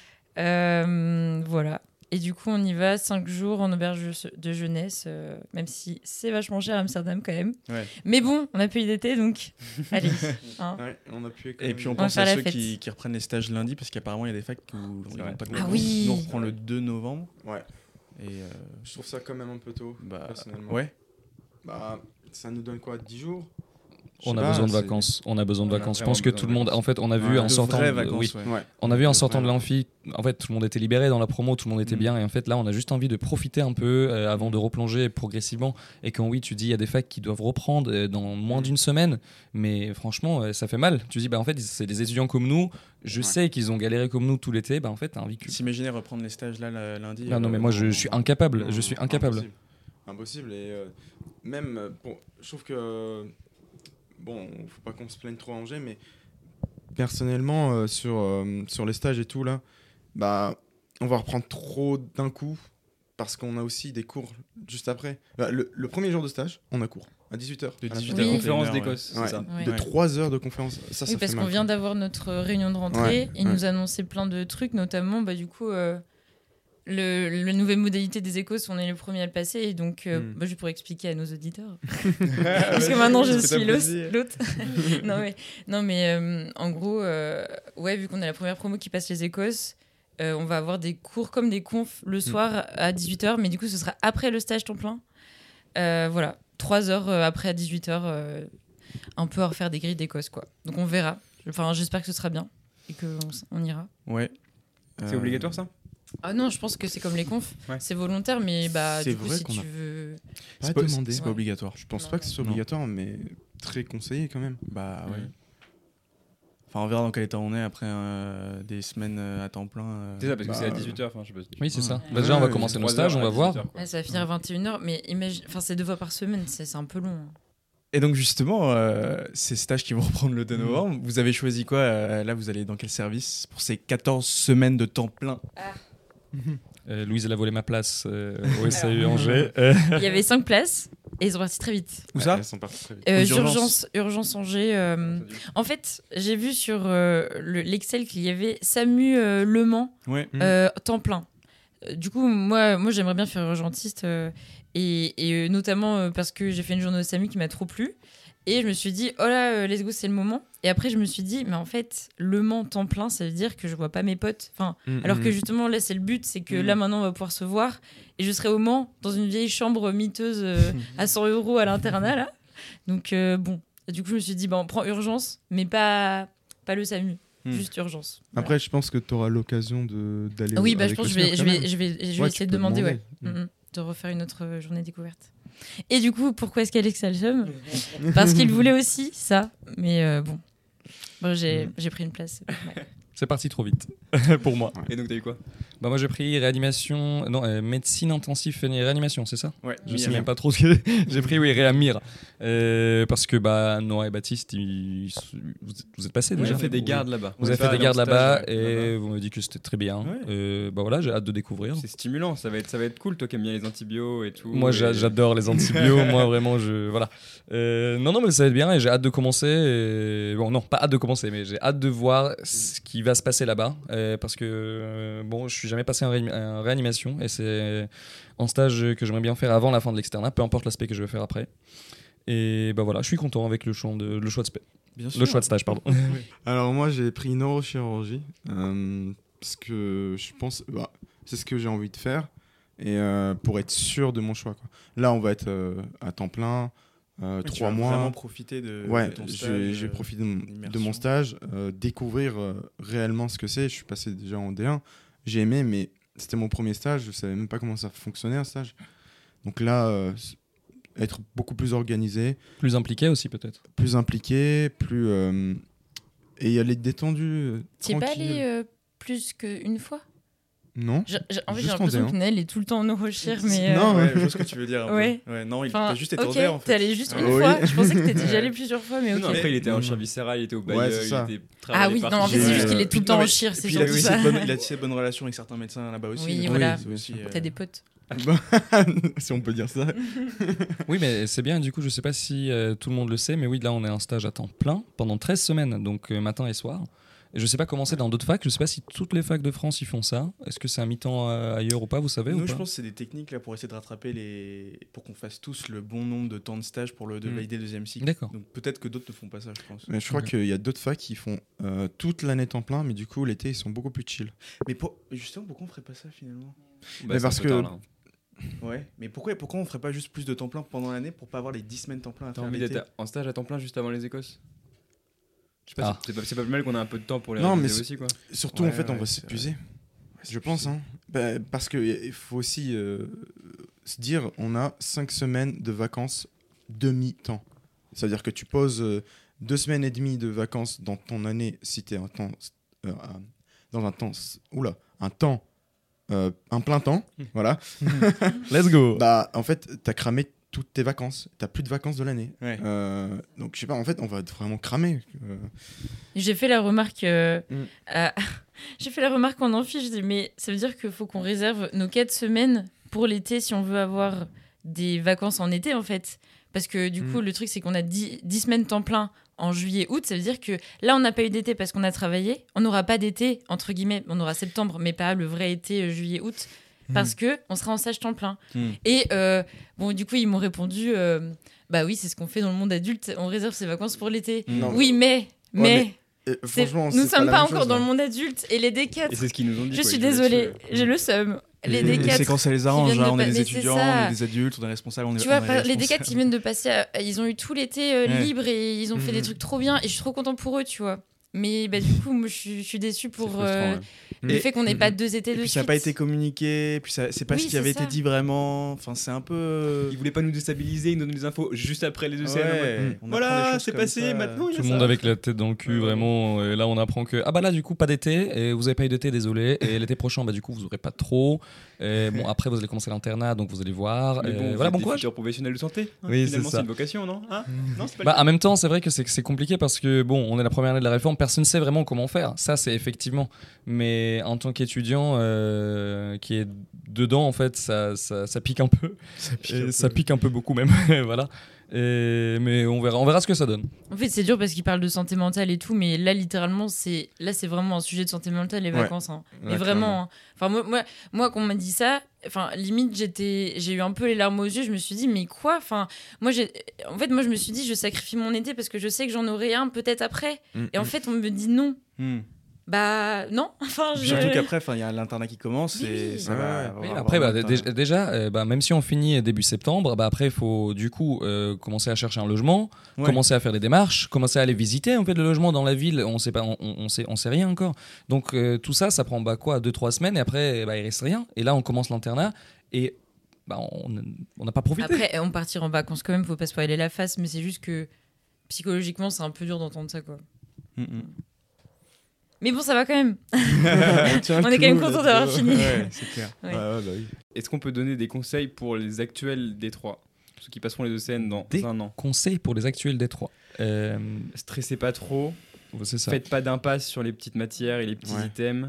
Euh, voilà. Et du coup, on y va cinq jours en auberge de jeunesse, euh, même si c'est vachement cher à Amsterdam quand même. Ouais. Mais bon, on a payé d'été, donc allez. Hein. Ouais, on a pu Et puis on va pense faire à la ceux fête. qui, qui reprennent les stages lundi, parce qu'apparemment il y a des facs où ils vrai. vont pas de Ah vacances. oui. Nous on reprend le deux novembre. Ouais, Et euh, je trouve ça quand même un peu tôt, bah, personnellement. ouais. Bah, ça nous donne quoi, dix jours? Je On sais a pas, besoin de c'est- vacances. On a besoin de On a vacances. Je vraiment pense que besoin tout de le monde, vacances. en fait, on a vu Ouais, en De sortant. vraies de- vacances, oui. ouais. Ouais. On a vu en De sortant de vraies l'amphi, en fait, tout le monde était libéré dans la promo, tout le monde était Mm. bien. Et en fait, là, on a juste envie de profiter un peu euh, avant de replonger progressivement. Et quand oui, tu dis, il y a des facs qui doivent reprendre euh, dans moins d'une semaine. Mais franchement, euh, ça fait mal. Tu dis, bah, en fait, c'est des étudiants comme nous. Je Ouais. sais qu'ils ont galéré comme nous tout l'été. Bah, en fait, t'as un vécu. S'imaginer reprendre les stages là le- lundi. Ah non, euh, mais moi, je, non, je suis non. incapable. Non, Je suis incapable. Impossible. Impossible. Et euh, même, euh, bon, je trouve que. Bon, faut pas qu'on se plaigne trop à Angers, mais personnellement, euh, sur, euh, sur les stages et tout, là, bah, on va reprendre trop d'un coup parce qu'on a aussi des cours juste après. Bah, le, le premier jour de stage, on a cours à dix-huit heures. De dix-huit Oui. heures à Conférence vingt et une heures, d'Écosse, Ouais. c'est ça. Ouais. De Ouais. trois heures de conférence. Ça, Oui, ça parce fait qu'on mal, vient quoi. d'avoir notre réunion de rentrée. Ouais, Ils ouais. nous annonçaient plein de trucs, notamment, bah, du coup, euh, le, la nouvelle modalité des échos, on est les premiers à le passer. Et donc, euh, Mm. bah, je pourrais expliquer à nos auditeurs. Parce que maintenant, je Fais-toi suis l'os- plaisir. l'autre. non, mais, non, mais euh, en gros, euh, ouais, vu qu'on est la première promo qui passe les Écosses, euh, on va avoir des cours comme des confs le soir à dix-huit heures. Mais du coup, ce sera après le stage temps plein. Euh, voilà, trois heures euh, après à dix-huit heures, euh, un peu à refaire des grilles d'Écosse, quoi. Donc, on verra. Enfin, j'espère que ce sera bien et qu'on on ira. Ouais. C'est Euh, obligatoire ça? Ah non, je pense que c'est comme les confs. Ouais. C'est volontaire, mais bah, C'est du coup, vrai si qu'on tu a- veux. Pas C'est pas, demandé. c'est pas Ouais. obligatoire. Je pense Non, pas que ce soit non. obligatoire, mais très conseillé quand même. Bah ouais. Mhm. Enfin, on verra dans quel état on est après euh, des semaines euh, à temps plein. euh. C'est ça, parce que Bah, c'est à dix-huit heures. Enfin, je sais pas. Oui, c'est ça. Ouais. Bah, déjà, on va Ouais, commencer nos trois stages, heures on va à voir. dix-huit heures, quoi. Ouais, ça va finir à vingt et une heures, mais imagine. Enfin, c'est deux fois par semaine, c'est c'est un peu long. hein. Et donc justement, euh, ces stages qui vont reprendre le deux novembre, vous avez choisi quoi euh, Là, vous allez dans quel service pour ces quatorze semaines de temps plein? Euh, Louise, elle a volé ma place euh, au S A U Angers. Euh, Il y avait cinq places et ils sont partis très vite. Où Ouais, ça Elles sont parties très vite. Euh, Aux urgences. urgence, urgence Angers. euh, En fait, j'ai vu sur euh, le- l'Excel qu'il y avait SAMU euh, Le Mans Ouais. Mm. euh, temps plein. Euh, Du coup, moi, moi j'aimerais bien faire urgentiste euh, et, et, euh, notamment euh, parce que j'ai fait une journée au SAMU qui m'a trop plu. Et je me suis dit, oh là, euh, let's go, c'est le moment. Et après, je me suis dit, mais en fait, Le Mans temps plein, ça veut dire que je vois pas mes potes. Enfin, Mm, alors mm. que justement, là, c'est le but, c'est que Mm. là, maintenant, on va pouvoir se voir. Et je serai au Mans, dans une vieille chambre miteuse euh, à cent euros à l'internat, là. Donc, euh, bon. Du coup, je me suis dit, bah, on prend urgence, mais pas, pas le SAMU. Mm. Juste urgence. Voilà. Après, je pense que tu auras l'occasion de- d'aller. oui, bah, je avec pense le que je vais, SMUR je quand vais, même. je vais, je vais Ouais, essayer tu de peux demander, ouais. demander. Mm, mm. De refaire une autre euh, journée découverte. Et du coup, pourquoi est-ce qu'Alex a le seum? Parce qu'il voulait aussi ça. Mais euh, bon. Bon, j'ai Mm. j'ai pris une place. Ouais. C'est parti trop vite. pour moi. Et donc, t'as eu quoi? Bah moi j'ai pris réanimation, non euh, médecine intensive et réanimation, c'est ça? Ouais, Je sais même pas trop ce que j'ai pris, oui, réamir. Euh, parce que bah Noah et Baptiste, ils... vous, vous êtes passés Moi, déjà? j'ai fait des Vous- gardes là-bas. Vous avez On fait est des allé gardes en là-bas stage, ouais, et là-bas. vous m'avez dit que c'était très bien. Ouais. Euh, bah voilà, j'ai hâte de découvrir. C'est stimulant, ça va être, ça va être cool, toi qui aimes bien les antibiotiques et tout. Moi j'a- et- j'adore les antibiotiques, moi vraiment je voilà. Euh, non non mais ça va être bien et j'ai hâte de commencer. Et... Bon non pas hâte de commencer mais j'ai hâte de voir ce qui va se passer là-bas euh, parce que euh, bon je suis jamais passé en, réanim- en réanimation et c'est un stage que j'aimerais bien faire avant la fin de l'externat, peu importe l'aspect que je vais faire après. Et bah voilà, je suis content avec le choix de le choix de, spe- Bien sûr. le choix de stage pardon. Alors moi j'ai pris neurochirurgie euh, parce que je pense bah, c'est ce que j'ai envie de faire et euh, pour être sûr de mon choix quoi. Là on va être euh, à temps plein euh, Ouais, tu trois vas mois. vraiment profiter de, Ouais, de ton je stage. vais, je vais euh, profiter de mon, d'immersion. de mon stage, euh, découvrir euh, réellement ce que c'est. Je suis passé déjà en D un, j'ai aimé, mais c'était mon premier stage, je savais même pas comment ça fonctionnait un stage. Donc là, euh, s- être beaucoup plus organisé, Plus impliqué aussi peut-être. plus impliqué, plus euh, et y aller détendu, euh, Tu es pas tranquille. allé euh, plus qu'une fois? Non. Je- je- En fait, j'ai Juste en l'impression D un. que Nel est tout le temps en neurochir, mais. euh, Non, Ouais, je vois ce que tu veux dire. un peu. Ouais. Ouais, non, il Enfin, a juste été en ok, D R en fait. t'es allé juste Ouais. une Oui. fois. Je pensais que t'étais déjà Ouais. allé plusieurs fois, mais Non, ok. non, après, il était en Non. chien viscéral, il était au Ouais, bailleul, c'est ça. il était Ah travaillé oui, partout. non, en fait, J'ai- c'est juste qu'il euh, est tout le Non, temps mais- en chire, et c'est puis il a surtout aussi ça. de bonnes- il a tissé de bonnes relations avec certains médecins là-bas aussi. Oui, donc, voilà. c'est aussi, euh, T'as des potes. Si on peut dire ça. Oui, mais c'est bien, du coup, je sais pas si euh, tout le monde le sait, mais oui, là, on est en stage à temps plein pendant treize semaines, donc euh, matin et soir. Et je sais pas comment c'est dans d'autres facs, je sais pas si toutes les facs de France y font ça. Est-ce que c'est un mi-temps euh, ailleurs ou pas, vous savez ou Nous, pas je pense que c'est des techniques là pour essayer de rattraper les, pour qu'on fasse tous le bon nombre de temps de stage pour le de Mm. valider le deuxième cycle. D'accord. Donc peut-être que d'autres ne font pas ça, je pense. Mais je crois Ok. qu'il y a d'autres facs qui font euh, toute l'année temps plein, mais du coup l'été ils sont beaucoup plus chill. Mais pour- justement, pourquoi on ferait pas ça finalement? Bah, Mais c'est parce un peu que- tard, là. Ouais. Mais pourquoi, pourquoi on ferait pas juste plus de temps plein pendant l'année pour pas avoir les dix semaines temps plein à T'as faire envie l'été? d'être en stage à temps plein juste avant les Écosses? Je sais pas, Ah. c'est c'est pas, c'est pas plus mal qu'on a un peu de temps pour les Non, mais réviser c'est- aussi, quoi. Surtout Ouais, en fait on ouais, va c'est s'épuiser. c'est Je pense, hein. Bah, parce qu'il faut aussi euh, se dire, on a cinq semaines de vacances demi-temps. C'est-à-dire que tu poses euh, deux semaines et demie de vacances dans ton année si tu es un temps, euh, un- dans un temps, oula, un temps, euh, un plein temps, voilà. Let's go. Bah, en fait, tu as cramé toutes tes vacances. Tu plus de vacances de l'année. Ouais. Euh, donc, je sais pas, en fait, on va vraiment cramer. Euh, J'ai fait la remarque. euh, Mm. à- J'ai fait la remarque en amphi. Je dis, mais ça veut dire qu'il faut qu'on réserve nos quatre semaines pour l'été si on veut avoir des vacances en été, en fait. Parce que du Mm. coup, le truc, c'est qu'on a dix semaines temps plein en juillet-août. Ça veut dire que là, on n'a pas eu d'été parce qu'on a travaillé. On n'aura pas d'été, entre guillemets. On aura septembre, mais pas le vrai été euh, juillet-août. Parce que on sera en stage temps plein. Mm. Et euh, bon, du coup, ils m'ont répondu euh, bah oui, c'est ce qu'on fait dans le monde adulte. On réserve ses vacances pour l'été. Mm. Non, Oui, mais. mais et c'est- franchement, nous ne c'est sommes la pas même encore chose, dans hein. le monde adulte et les D quatre. Et c'est ce qu'ils nous ont dit. Je quoi, suis ils jouent désolée, là-dessus. j'ai le seum. Les Et D quatre. c'est quand ça les arrange, viennent hein, de on est pa- des mais c'est étudiants, ça. on est des adultes, on est responsables, on est Tu vois, on est par- les D quatre, responsables. ils viennent de passer. à- Ils ont eu tout l'été euh, Ouais. libre et ils ont fait Mhm. des trucs trop bien. Et je suis trop contente pour eux, tu vois. Mais bah, du coup, moi, je suis, je suis déçue C'est pour frustrant, euh, ouais. le Et- fait qu'on n'ait pas deux étés Et de puis suite. ça n'a pas été communiqué, puis ça- c'est pas Oui, ce qui c'est avait ça. été dit vraiment. Enfin, c'est un peu. Ils voulaient pas nous déstabiliser, ils nous donnent des infos juste après les E C N. en mode, Ouais, on apprend des Voilà, choses c'est comme passé, ça. maintenant il y a Tout le ça. monde avec la tête dans le cul, Ouais, ouais. vraiment. Et là, on apprend que ah bah là, du coup, pas d'été. Et vous avez pas eu d'été, désolé. Et l'été prochain, bah du coup, vous aurez pas trop. Et bon, après, vous allez commencer l'internat, donc vous allez voir. Mais Et bon, voilà, bon des courage. futurs professionnels de santé. hein. Oui, c'est Finalement, ça. c'est une vocation, non Hein Non, c'est pas le Bah, cas. en même temps, c'est vrai que c'est que c'est compliqué parce que bon, on est la première année de la réforme, personne ne sait vraiment comment faire. Ça, c'est effectivement. Mais en tant qu'étudiant euh, qui est dedans, en fait, ça, ça, ça pique un peu. Ça pique Et un peu. ça pique un peu beaucoup même. Voilà. Et- mais on verra, on verra ce que ça donne. En fait, c'est dur parce qu'ils parlent de santé mentale et tout, mais là, littéralement, c'est là, c'est vraiment un sujet de santé mentale, les Ouais. vacances. hein. Mais Ouais, vraiment. hein. Enfin, moi, moi, moi, quand on m'a dit ça, enfin, limite, j'étais, j'ai eu un peu les larmes aux yeux. Je me suis dit, mais quoi Enfin, moi, j'ai, en fait, moi, je me suis dit, je sacrifie mon été parce que je sais que j'en aurai un peut-être après. Mm, Et en mm. fait, on me dit non. Hmm. Bah non. Enfin, je. Surtout qu'après, enfin, il y a l'internat qui commence Oui, et oui. ça Ouais, va. ouais. avoir Oui, vraiment après, bah, un dé- temps- déjà, euh, bah, même si on finit début septembre, bah, après, il faut du coup euh, commencer à chercher un logement, Ouais. commencer à faire des démarches, commencer à aller visiter en fait, le logement dans la ville. On sait pas, on, on sait, on sait rien encore. Donc euh, tout ça, ça prend bah, quoi, deux trois semaines et après, bah, il reste rien. Et là, on commence l'internat et bah, on on n'a pas profité. Après, on partira en vacances quand même. Faut pas se spoiler la face, mais c'est juste que psychologiquement, c'est un peu dur d'entendre ça, quoi. Hmm, hmm. Mais bon, ça va quand même. Tiens, On est quand même cool, content d'avoir let's go. fini. Ouais, c'est clair. Ouais. Ouais, ouais, bah oui. Est-ce qu'on peut donner des conseils pour les actuels D trois, ceux qui passeront les E C N dans Des- un an? Conseil pour les actuels Détroit. Euh, Stressez pas trop, c'est ça. faites pas d'impasse sur les petites matières et les petits Ouais. items.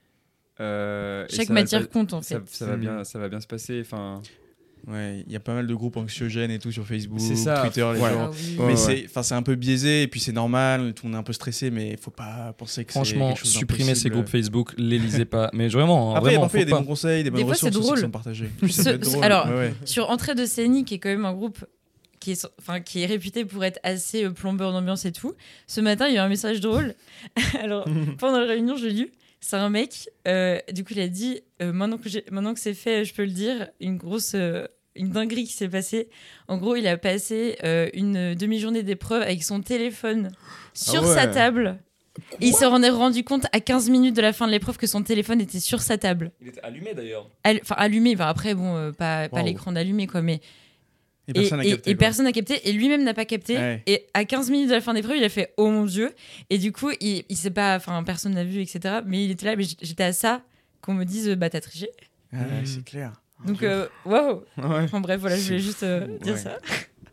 Euh, et Chaque ça va matière pas- compte en ça, fait. ça va Mm. bien, ça va bien se passer. Enfin, Ouais, il y a pas mal de groupes anxiogènes et tout sur Facebook, C'est ça. Twitter, les Ouais. gens. Ah oui. Ouais, Mais ouais. c'est, enfin, c'est un peu biaisé et puis c'est normal. Tout le monde est un peu stressé, mais il faut pas penser que c'est Franchement, quelque chose supprimez ces d'impossible. groupes Facebook, les lisez pas. Mais vraiment, Après, vraiment, parfois, il y a faut des pas. bons conseils, des bonnes fois, c'est ressources aussi drôle. qui sont partagées. Puis ça Ce- peut être drôle. alors, Ouais, ouais. Sur Entrée de C N I, qui est quand même un groupe qui est, enfin, qui est réputé pour être assez euh, plombeur d'ambiance et tout, ce matin, il y a eu un message drôle. Alors, pendant la réunion, je l'ai lu. C'est un mec, euh, du coup, il a dit euh, maintenant, que j'ai- maintenant que c'est fait, je peux le dire, une grosse. euh, une dinguerie qui s'est passée. En gros, il a passé euh, une demi-journée d'épreuve avec son téléphone sur ouais. sa table. Et il se rendait rendu compte à quinze minutes de la fin de l'épreuve que son téléphone était sur sa table. Il était allumé d'ailleurs. Al- Enfin, allumé. Enfin, après, bon, euh, pas, pas Wow. l'écran d'allumé, quoi. Mais Et et, personne n'a et- capté. et quoi. personne n'a capté, et lui-même n'a pas capté. Ouais. Et à quinze minutes de la fin d'épreuve, il a fait oh mon dieu. Et du coup, il, il sait pas, enfin, personne n'a vu, et cetera. Mais il était là, mais j- j'étais à ça qu'on me dise bah t'as triché. Ah ouais, c'est clair. Donc, euh, waouh. ouais. Enfin bref, voilà, je voulais juste euh, dire Ouais. ça.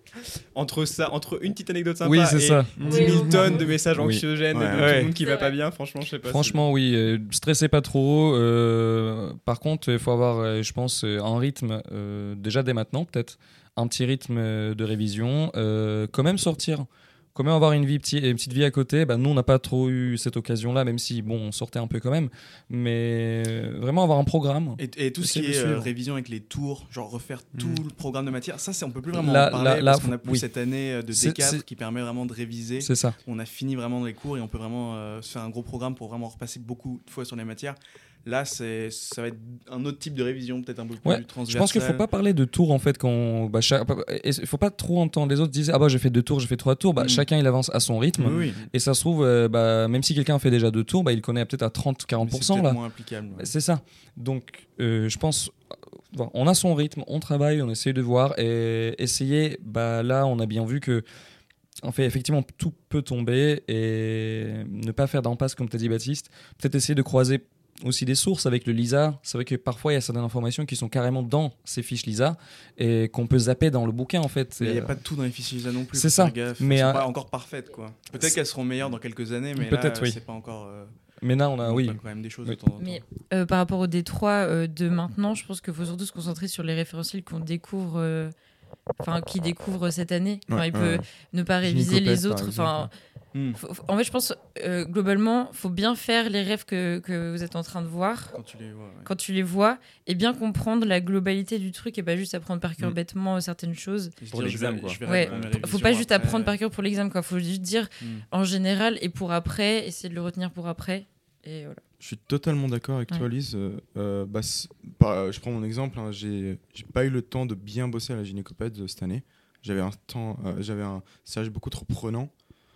entre ça, entre une petite anecdote sympa Oui, c'est et ça. dix Oui, mille oui. tonnes de messages Oui. anxiogènes Ouais. de tout Ouais. le monde qui C'est va pas vrai. bien, franchement, je sais pas. Franchement, oui, euh, stressez pas trop. euh, par contre, il faut avoir, euh, je pense, euh, un rythme, euh, déjà dès maintenant, peut-être, un petit rythme euh, de révision. euh, quand même sortir, quand même avoir une, vie, petit, une petite vie à côté. Bah, nous, on n'a pas trop eu cette occasion-là, même si, bon, on sortait un peu quand même. Mais euh, vraiment avoir un programme. Et, et tout ce Essayer qui de est euh, suivre. révision avec les tours, genre refaire tout Mm. le programme de matière, ça, c'est, on peut plus vraiment Là- en parler là- là, parce qu'on a faut- plus oui. cette année euh, de C'est- D quatre c'est- qui permet vraiment de réviser. C'est ça. On a fini vraiment les cours et on peut vraiment euh, se faire un gros programme pour vraiment repasser beaucoup de fois sur les matières. Là, c'est, ça va être un autre type de révision, peut-être un peu plus Ouais, transversal. Je pense qu'il faut pas parler de tours en fait quand bah, chaque- et il faut pas trop entendre les autres dire ah bah j'ai fait deux tours, j'ai fait trois tours. Bah, Mm. chacun il avance à son rythme. Oui, oui. Et ça se trouve, euh, bah, même si quelqu'un fait déjà deux tours, bah, il connaît peut-être à trente à Mais quarante c'est pour cent peut-être là. moins applicable. ouais. Bah, c'est ça. Donc, euh, je pense, euh, bon, on a son rythme, on travaille, on essaye de voir et essayer. Bah, là, on a bien vu que, en fait, effectivement, tout peut tomber et ne pas faire d'impasse, comme tu as dit, Baptiste. Peut-être essayer de croiser aussi des sources avec le Lisa. C'est vrai que parfois, il y a certaines informations qui sont carrément dans ces fiches Lisa et qu'on peut zapper dans le bouquin, en fait. Il n'y a Euh, pas de tout dans les fichiers Lisa non plus. c'est faut ça. faire gaffe. Mais, Elles sont euh, pas encore parfaites, quoi. Peut-être c'est- qu'elles seront meilleures dans quelques années, mais Peut-être, là, oui. c'est pas encore. euh, Mais là, on a, on oui. voit quand même des choses Oui. de temps en temps. Mais euh, par rapport au D trois euh, de maintenant, je pense qu'il faut surtout se concentrer sur les référentiels qu'on découvre, euh, enfin qui découvre cette année. Enfin, Ouais, il peut ouais. ne pas réviser Gynécopède, les par autres. Enfin, Hmm. faut- faut- en fait, je pense euh, globalement, faut bien faire les rêves que, que vous êtes en train de voir. Quand tu les vois. ouais. Quand tu les vois, et bien comprendre la globalité du truc et pas juste apprendre par cœur Mm. bêtement euh, certaines choses. Et se Pour dire, l'examen, je vais- quoi. je vais Ouais, répondre mes faut révisions pas juste après. apprendre par cœur pour l'examen, quoi. Faut juste dire Hmm. en général et pour après, essayer de le retenir pour après. Et voilà. Je suis totalement d'accord avec toi, Ouais. Lise. Euh, euh, bah, c'est- par- euh, je prends mon exemple. hein, j'ai j'ai pas eu le temps de bien bosser à la gynécopède euh, cette année. J'avais un temps, euh, j'avais un stage beaucoup trop prenant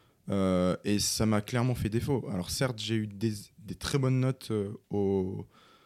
euh, et ça m'a clairement fait défaut. Alors certes, j'ai eu des, des très bonnes notes euh, au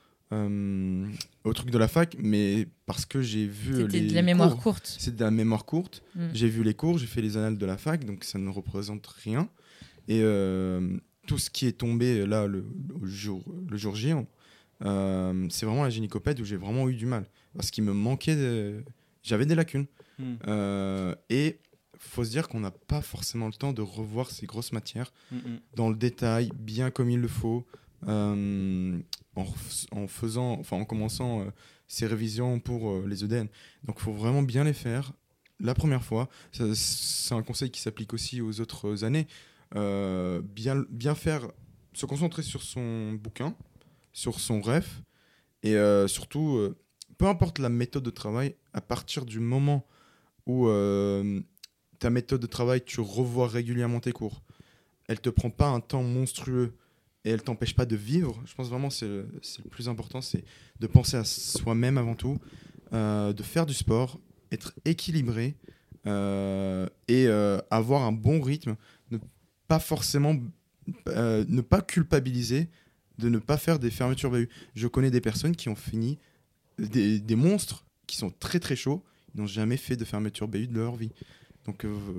euh, au truc de la fac, mais parce que j'ai vu C'était les de la mémoire cours. courte. C'est de la mémoire courte. Mm. J'ai vu les cours, j'ai fait les annales de la fac, donc ça ne représente rien. Et euh, tout ce qui est tombé là le, le jour, le jour J, euh, c'est vraiment la gynécopède où j'ai vraiment eu du mal. Parce qu'il me manquait. de- J'avais des lacunes. Hmm. Euh, et faut se dire qu'on n'a pas forcément le temps de revoir ces grosses matières Hmm, hmm. dans le détail, bien comme il le faut, euh, en, ref- en faisant, enfin en commençant euh, ces révisions pour euh, les E D N. Donc il faut vraiment bien les faire la première fois. Ça, c'est un conseil qui s'applique aussi aux autres années. Euh, bien, bien faire, se concentrer sur son bouquin, sur son ref, et euh, surtout, euh, peu importe la méthode de travail, à partir du moment où euh, ta méthode de travail, tu revois régulièrement tes cours, elle te prend pas un temps monstrueux et elle t'empêche pas de vivre. Je pense vraiment que c'est le, c'est le plus important, c'est de penser à soi-même avant tout, euh, de faire du sport, être équilibré euh, et euh, avoir un bon rythme, ne pas forcément euh, ne pas culpabiliser de ne pas faire des fermetures bahut. Je connais des personnes qui ont fini des, des monstres qui sont très très chauds, ils n'ont jamais fait de fermeture bahut de leur vie. Donc euh,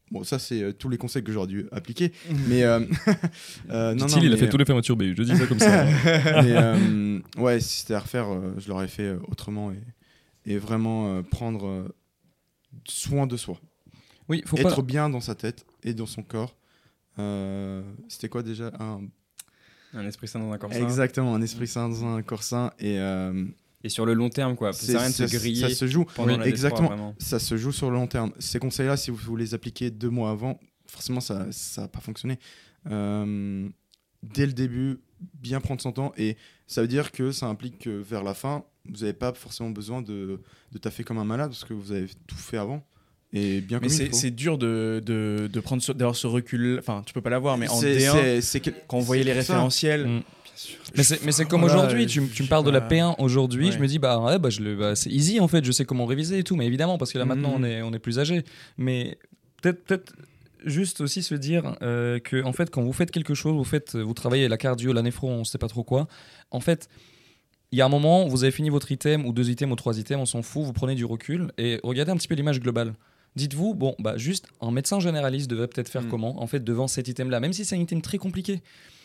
Bon, ça, c'est euh, tous les conseils que j'aurais dû appliquer. mais. Euh, euh, non, Dit-il, non, il a mais, fait tous les fermetures B U, je dis ça comme ça. mais euh, ouais, si c'était à refaire, euh, je l'aurais fait euh, autrement et, et vraiment euh, prendre euh, soin de soi. Oui, faut Être pas. bien dans sa tête et dans son corps. Euh, c'était quoi déjà un... Un esprit sain dans un corps sain. Exactement, un esprit sain dans un corps sain. Et, euh, Et sur le long terme, quoi. Ça c'est- sert à rien de se ça, griller ça se joue. pendant Oui, la D trois, exactement. vraiment. Ça se joue sur le long terme. Ces conseils-là, si vous, vous les appliquez deux mois avant, forcément, ça ça va pas fonctionner. Euh, dès le début, bien prendre son temps. Et ça veut dire que ça implique que vers la fin, vous n'avez pas forcément besoin de, de taffer comme un malade parce que vous avez tout fait avant. Et bien Mais comme il c'est faut. c'est dur de, de, de prendre ce- d'avoir ce recul. Enfin, tu peux pas l'avoir, mais en C'est- D un, c'est- c'est que- quand on voyait les c'est pour ça. référentiels, Mm. Mais c'est, mais c'est comme Voilà, aujourd'hui, tu, je- m- tu me je parles de sais la pas. P un aujourd'hui, Ouais. je me dis, bah, ouais, bah, je le, bah, c'est easy en fait, je sais comment réviser et tout, mais évidemment, parce que là maintenant on Mhm. est, on est plus âgé. Mais peut-être, peut-être juste aussi se dire euh, que en fait, quand vous faites quelque chose, vous, faites, vous travaillez la cardio, la néphro, on sait pas trop quoi, en fait, il y a un moment, vous avez fini votre item, ou deux items, ou trois items, on s'en fout, vous prenez du recul et regardez un petit peu l'image globale. Dites-vous, bon, bah juste un médecin généraliste devrait peut-être faire Mm. comment, en fait, devant cet item-là, même si c'est un item très compliqué.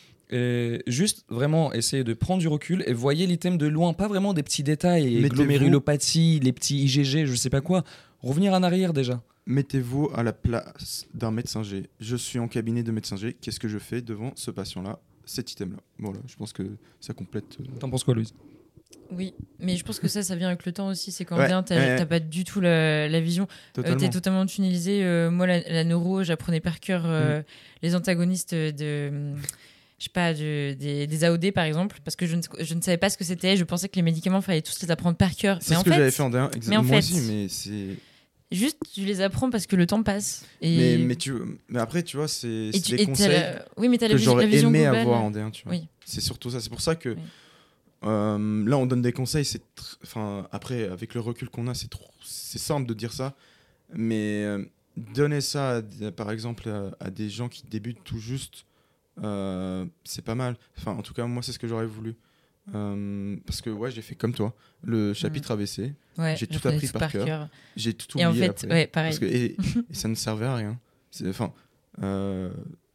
Et juste vraiment essayer de prendre du recul et voyez l'item de loin, pas vraiment des petits détails, Mettez-vous- glomérulopathie, les petits I G G, je sais pas quoi. Revenir en arrière déjà. Mettez-vous à la place d'un médecin G. Je suis en cabinet de médecin G. Qu'est-ce que je fais devant ce patient-là, cet item-là? Voilà, je pense que ça complète. euh, T'en penses quoi, Louise? Oui, mais je pense que ça, ça vient avec le temps aussi. C'est qu'en Ouais, D un, t'as ouais. t'as pas du tout la, la vision. Euh, Totalement. t'es totalement tunnalisé. Euh, moi, la, la neuro, j'apprenais par cœur euh, Mm. les antagonistes de, hum, je sais pas, de- des, des A O D par exemple, parce que je ne, je ne savais pas ce que c'était. Je pensais que les médicaments, fallait tous les apprendre par cœur. C'est Mais ce en que fait, j'avais fait en D un. exa- mais en Moi fait- aussi, mais c'est. juste, tu les apprends parce que le temps passe. Et, Mais, mais, tu... mais après, tu vois, c'est et c'est tu- des et t'as conseils la- oui, mais t'as la, que vision- la j'aurais vision aimé globale. avoir en D un, tu vois. Oui. C'est surtout ça. C'est pour ça que Oui. euh, là, on donne des conseils. C'est tr- enfin, après, avec le recul qu'on a, c'est trop... c'est simple de dire ça. Mais euh, donner ça, à des- par exemple, à, à des gens qui débutent tout juste, euh, c'est pas mal. Enfin, en tout cas, moi, c'est ce que j'aurais voulu. Euh, parce que ouais, j'ai fait comme toi. Le chapitre A V C, Ouais, J'ai tout j'apprenais appris par cœur. j'ai tout Et oublié en fait, après. ouais, pareil. Parce que, et, et ça ne servait à rien. C'est- Enfin, euh,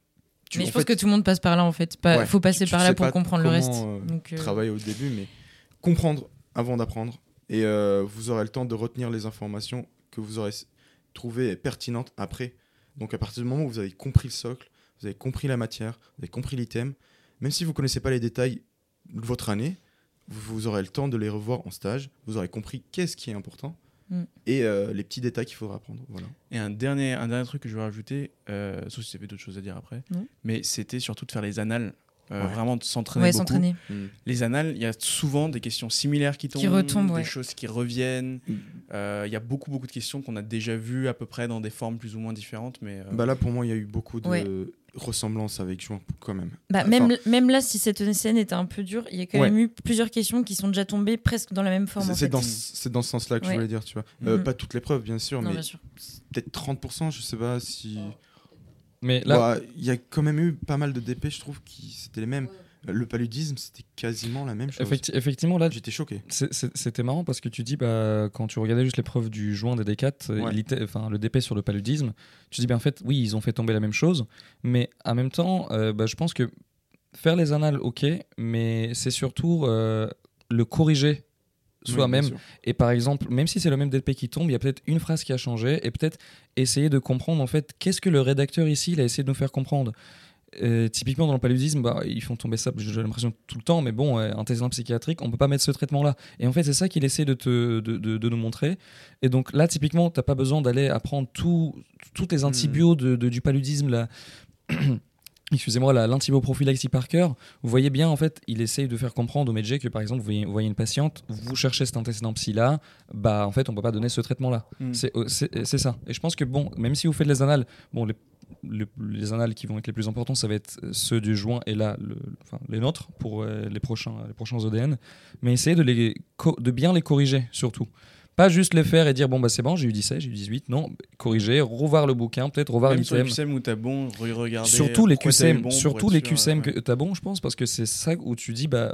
tu- mais en je pense fait, que tout le monde passe par là en fait. Pas, Ouais, faut passer tu- tu par sais là pour pas comprendre le reste. comment, euh, Donc, euh, travailler au début, mais comprendre avant d'apprendre. Et euh, vous aurez le temps de retenir les informations que vous aurez s- trouvées pertinentes après. Donc à partir du moment où vous avez compris le socle, vous avez compris la matière, vous avez compris l'item, même si vous ne connaissez pas les détails de votre année, vous, vous aurez le temps de les revoir en stage, vous aurez compris qu'est-ce qui est important Mm. et euh, les petits détails qu'il faudra apprendre. Voilà. Et un dernier, un dernier truc que je veux rajouter, euh, sauf si tu avais d'autres choses à dire après, Non. mais c'était surtout de faire les annales, euh, Ouais. vraiment de s'entraîner ouais, beaucoup. s'entraîner. Les annales, il y a souvent des questions similaires qui tombent, retombent, des ouais. choses qui reviennent. Mm. Euh, Il y a beaucoup, beaucoup de questions qu'on a déjà vues à peu près dans des formes plus ou moins différentes. Mais, euh, Bah là, pour moi, il y a eu beaucoup de Ouais. ressemblances avec Juin, quand même. Bah, Enfin, même, même là, si cette scène était un peu dure, il y a quand Ouais. même eu plusieurs questions qui sont déjà tombées presque dans la même forme. C'est en c'est fait. dans, ce- c'est dans ce sens-là que Ouais. je voulais dire, tu vois. Euh, Mhm. Pas toutes les preuves, bien sûr, Non, mais bien sûr. peut-être trente pour cent, je sais pas si... Mais là, Bah, il y a quand même eu pas mal de D P, je trouve, qui c'était les mêmes. Le paludisme, c'était quasiment la même chose. effecti- effectivement, là, J'étais choqué. C'est- c'est- C'était marrant parce que tu dis, bah, quand tu regardais juste l'épreuve du juin des D quatre, euh, Ouais. il était- enfin, le D P sur le paludisme, tu dis, ben en fait, oui, ils ont fait tomber la même chose, mais en même temps, euh, bah, je pense que faire les annales, ok, mais c'est surtout euh, le corriger Oui, soi-même. bien sûr. Et par exemple, même si c'est le même D P qui tombe, il y a peut-être une phrase qui a changé et peut-être essayer de comprendre en fait qu'est-ce que le rédacteur ici il a essayé de nous faire comprendre. Euh, typiquement dans le paludisme, bah, ils font tomber ça, j'ai l'impression tout le temps, mais bon, euh, antécédent psychiatrique, on peut pas mettre ce traitement-là. Et en fait, c'est ça qu'il essaie de, te, de, de, de nous montrer. Et donc là, typiquement, t'as pas besoin d'aller apprendre tout, toutes les antibiotiques de, de- du paludisme, là. Excusez-moi, la- l'antibioprophylaxie par cœur. Vous voyez bien, en fait, il essaye de faire comprendre au médecin que, par exemple, vous voyez, vous voyez une patiente, vous cherchez cet antécédent psy-là, bah, en fait, on peut pas donner ce traitement-là. Mm. C'est euh, c'est- c'est ça. Et je pense que, bon, même si vous faites les annales, bon, les, les, les annales qui vont être les plus importants, ça va être ceux du juin et là, le, enfin, les nôtres pour euh, les, prochains, les prochains O D N. Mais essayez de, les co- de bien les corriger, surtout. Pas juste les faire et dire, bon, bah c'est bon, j'ai eu dix-sept, j'ai eu dix-huit. Non, corriger, revoir le bouquin, peut-être revoir Même sur les l'item. Q C M où t'as bon, re- regarder. Surtout les pourquoi t'as eu Q C M, bon pour surtout être les sûr, Q C M ouais. que t'as bon, je pense, parce que c'est ça où tu dis, bah,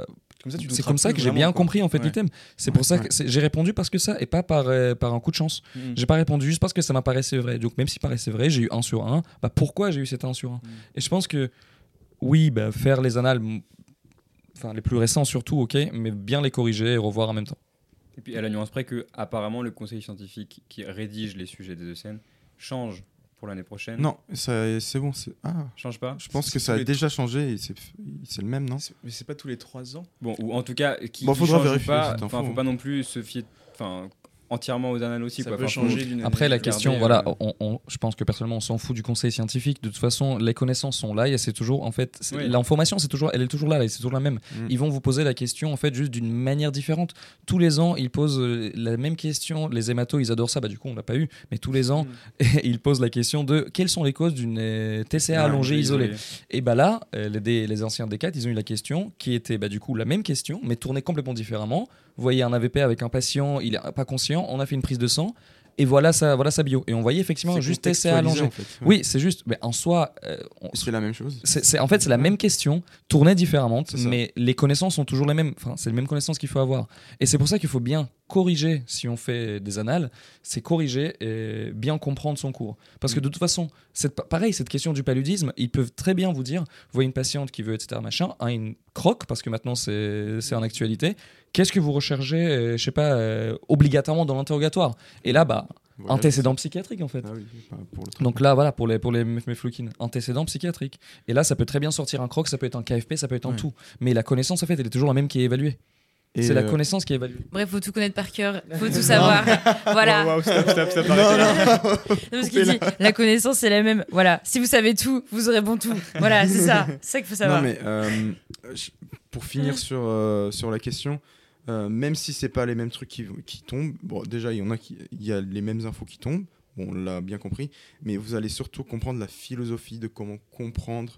Comme ça, tu c'est douteras comme ça plus que j'ai vraiment, bien quoi. compris en fait Ouais. l'item. C'est Ouais, pour ça ouais. que c'est- j'ai répondu parce que ça et pas par, euh, par un coup de chance. Mm. J'ai pas répondu juste parce que ça m'apparaissait vrai. Donc même si paraissait vrai, j'ai eu un sur un. Bah pourquoi j'ai eu cet un sur un Mm. Et je pense que oui, bah, faire les annales, m- enfin les plus récents surtout, ok, mais bien les corriger et revoir en même temps. Et puis à la nuance près que apparemment le conseil scientifique qui rédige les sujets des E C N change pour l'année prochaine. Non, ça, c'est bon. c'est- Ah, Change pas. je pense C'est que ça a tous les- déjà changé et c'est c'est le même, non? C'est- Mais c'est pas tous les trois ans. Bon, ou en tout cas, qui, Bon, qui faudra change ou vérifier pas. cette Enfin, info, faut hein. pas non plus se fier, enfin, entièrement aux annales aussi. Ça quoi. peut Enfin, faut- changer d'une année Après, la à l'autre. question, euh, voilà, on, on- je pense que personnellement, on s'en fout du conseil scientifique. De toute façon, les connaissances sont là et c'est toujours, en fait, c'est- Oui. l'information, c'est toujours, elle est toujours là, et c'est toujours la même. Mm. Ils vont vous poser la question, en fait, juste d'une manière différente. Tous les ans, ils posent euh, la même question. Les hématos, ils adorent ça. Bah, du coup, on l'a pas eu, mais tous les ans, ils posent la question de quelles sont les causes d'une euh, T C A Ouais, allongée isolée. isolé. Et bah là, euh, les, D- les anciens D quatre, ils ont eu la question qui était bah, du coup la même question, mais tournée complètement différemment. Vous voyez un A V P avec un patient, il est pas conscient, on a fait une prise de sang, et voilà sa, voilà sa bio. Et on voyait effectivement C'est juste T C A contextualisé, allongée. en fait. Ouais. Oui, c'est juste, mais en soi, euh, on- C'est la même chose. c'est, c'est- en fait, c'est la même question, tournée différente, C'est ça. mais les connaissances sont toujours les mêmes. Enfin, c'est les mêmes connaissances qu'il faut avoir. Et c'est pour ça qu'il faut bien corriger, si on fait des annales, c'est corriger et bien comprendre son cours. Parce que de toute façon, cette, pareil, cette question du paludisme, ils peuvent très bien vous dire, vous voyez une patiente qui veut, et cetera, machin, a une croque, parce que maintenant c'est, c'est en actualité, qu'est-ce que vous recherchez, euh, je sais pas, euh, obligatoirement dans l'interrogatoire? Et là, bah, Voilà, antécédent psychiatrique en fait. Ah oui, pas pour le Donc là, voilà, pour les, pour les mefloquines, antécédent psychiatrique. Et là, ça peut très bien sortir un croc, ça peut être un K F P, ça peut être un Ouais. tout. Mais la connaissance, en fait, elle est toujours la même qui est évaluée. Et C'est la euh, connaissance qui est évaluée. Bref, faut tout connaître par cœur, faut tout savoir. Voilà. Waouh, stop, stop, stop, Non, arrêtez là. non. Non, parce qu'il dit, la connaissance c'est la même. Voilà, si vous savez tout, vous aurez bon tout. Voilà, c'est ça, c'est ça qu'il faut savoir. Non, mais euh, je- pour finir sur, euh, sur la question, euh, même si c'est pas les mêmes trucs qui, qui tombent, bon, déjà, il y en a qui, il y a les mêmes infos qui tombent, bon, on l'a bien compris, mais vous allez surtout comprendre la philosophie de comment comprendre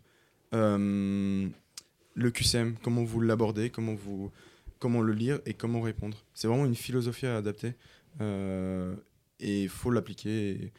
euh, le Q C M, comment vous l'abordez, comment, vous, comment le lire et comment répondre. C'est vraiment une philosophie à adapter euh, et il faut l'appliquer. et-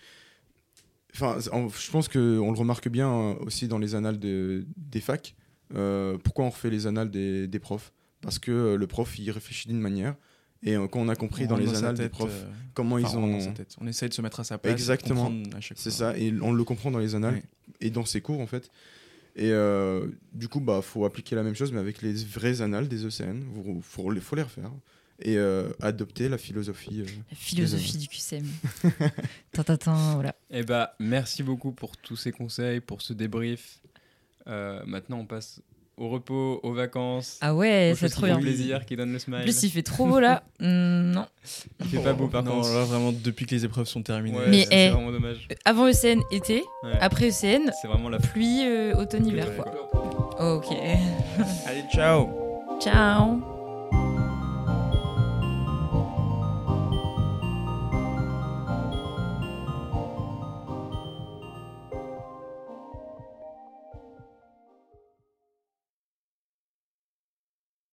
Enfin, en- je pense qu'on le remarque bien euh, aussi dans les annales de, des facs. Euh, pourquoi on refait les annales des, des profs? Parce que euh, le prof, il réfléchit d'une manière. Et euh, quand on a compris On dans rentre les sa annales des tête, profs euh, comment enfin, ils on rentre ont... dans sa tête. On essaye de se mettre à sa place. Exactement. Et de comprendre à chaque C'est fois. ça, et on le comprend dans les annales Ouais. et dans ses cours en fait. Et euh, du coup, bah, faut appliquer la même chose, mais avec les vraies annales des E C N. Il faut, les- faut les refaire et euh, adopter la philosophie. euh. La philosophie du Q C M. Tintintin, voilà. Eh bah, merci beaucoup pour tous ces conseils, pour ce débrief. Euh, maintenant, on passe au repos, aux vacances, Ah ouais, aux c'est choses trop qui font bien. plaisir, qui donnent le smile. En plus, il fait trop beau là. Hmm, non. Il fait pas beau par Non, contre. là, vraiment, depuis que les épreuves sont terminées. Ouais, Mais, c'est eh, vraiment dommage. Avant E C N, été. Ouais. Après E C N, C'est vraiment la pluie, euh, automne, hiver, Ouais. quoi. Ok. Allez, ciao. Ciao.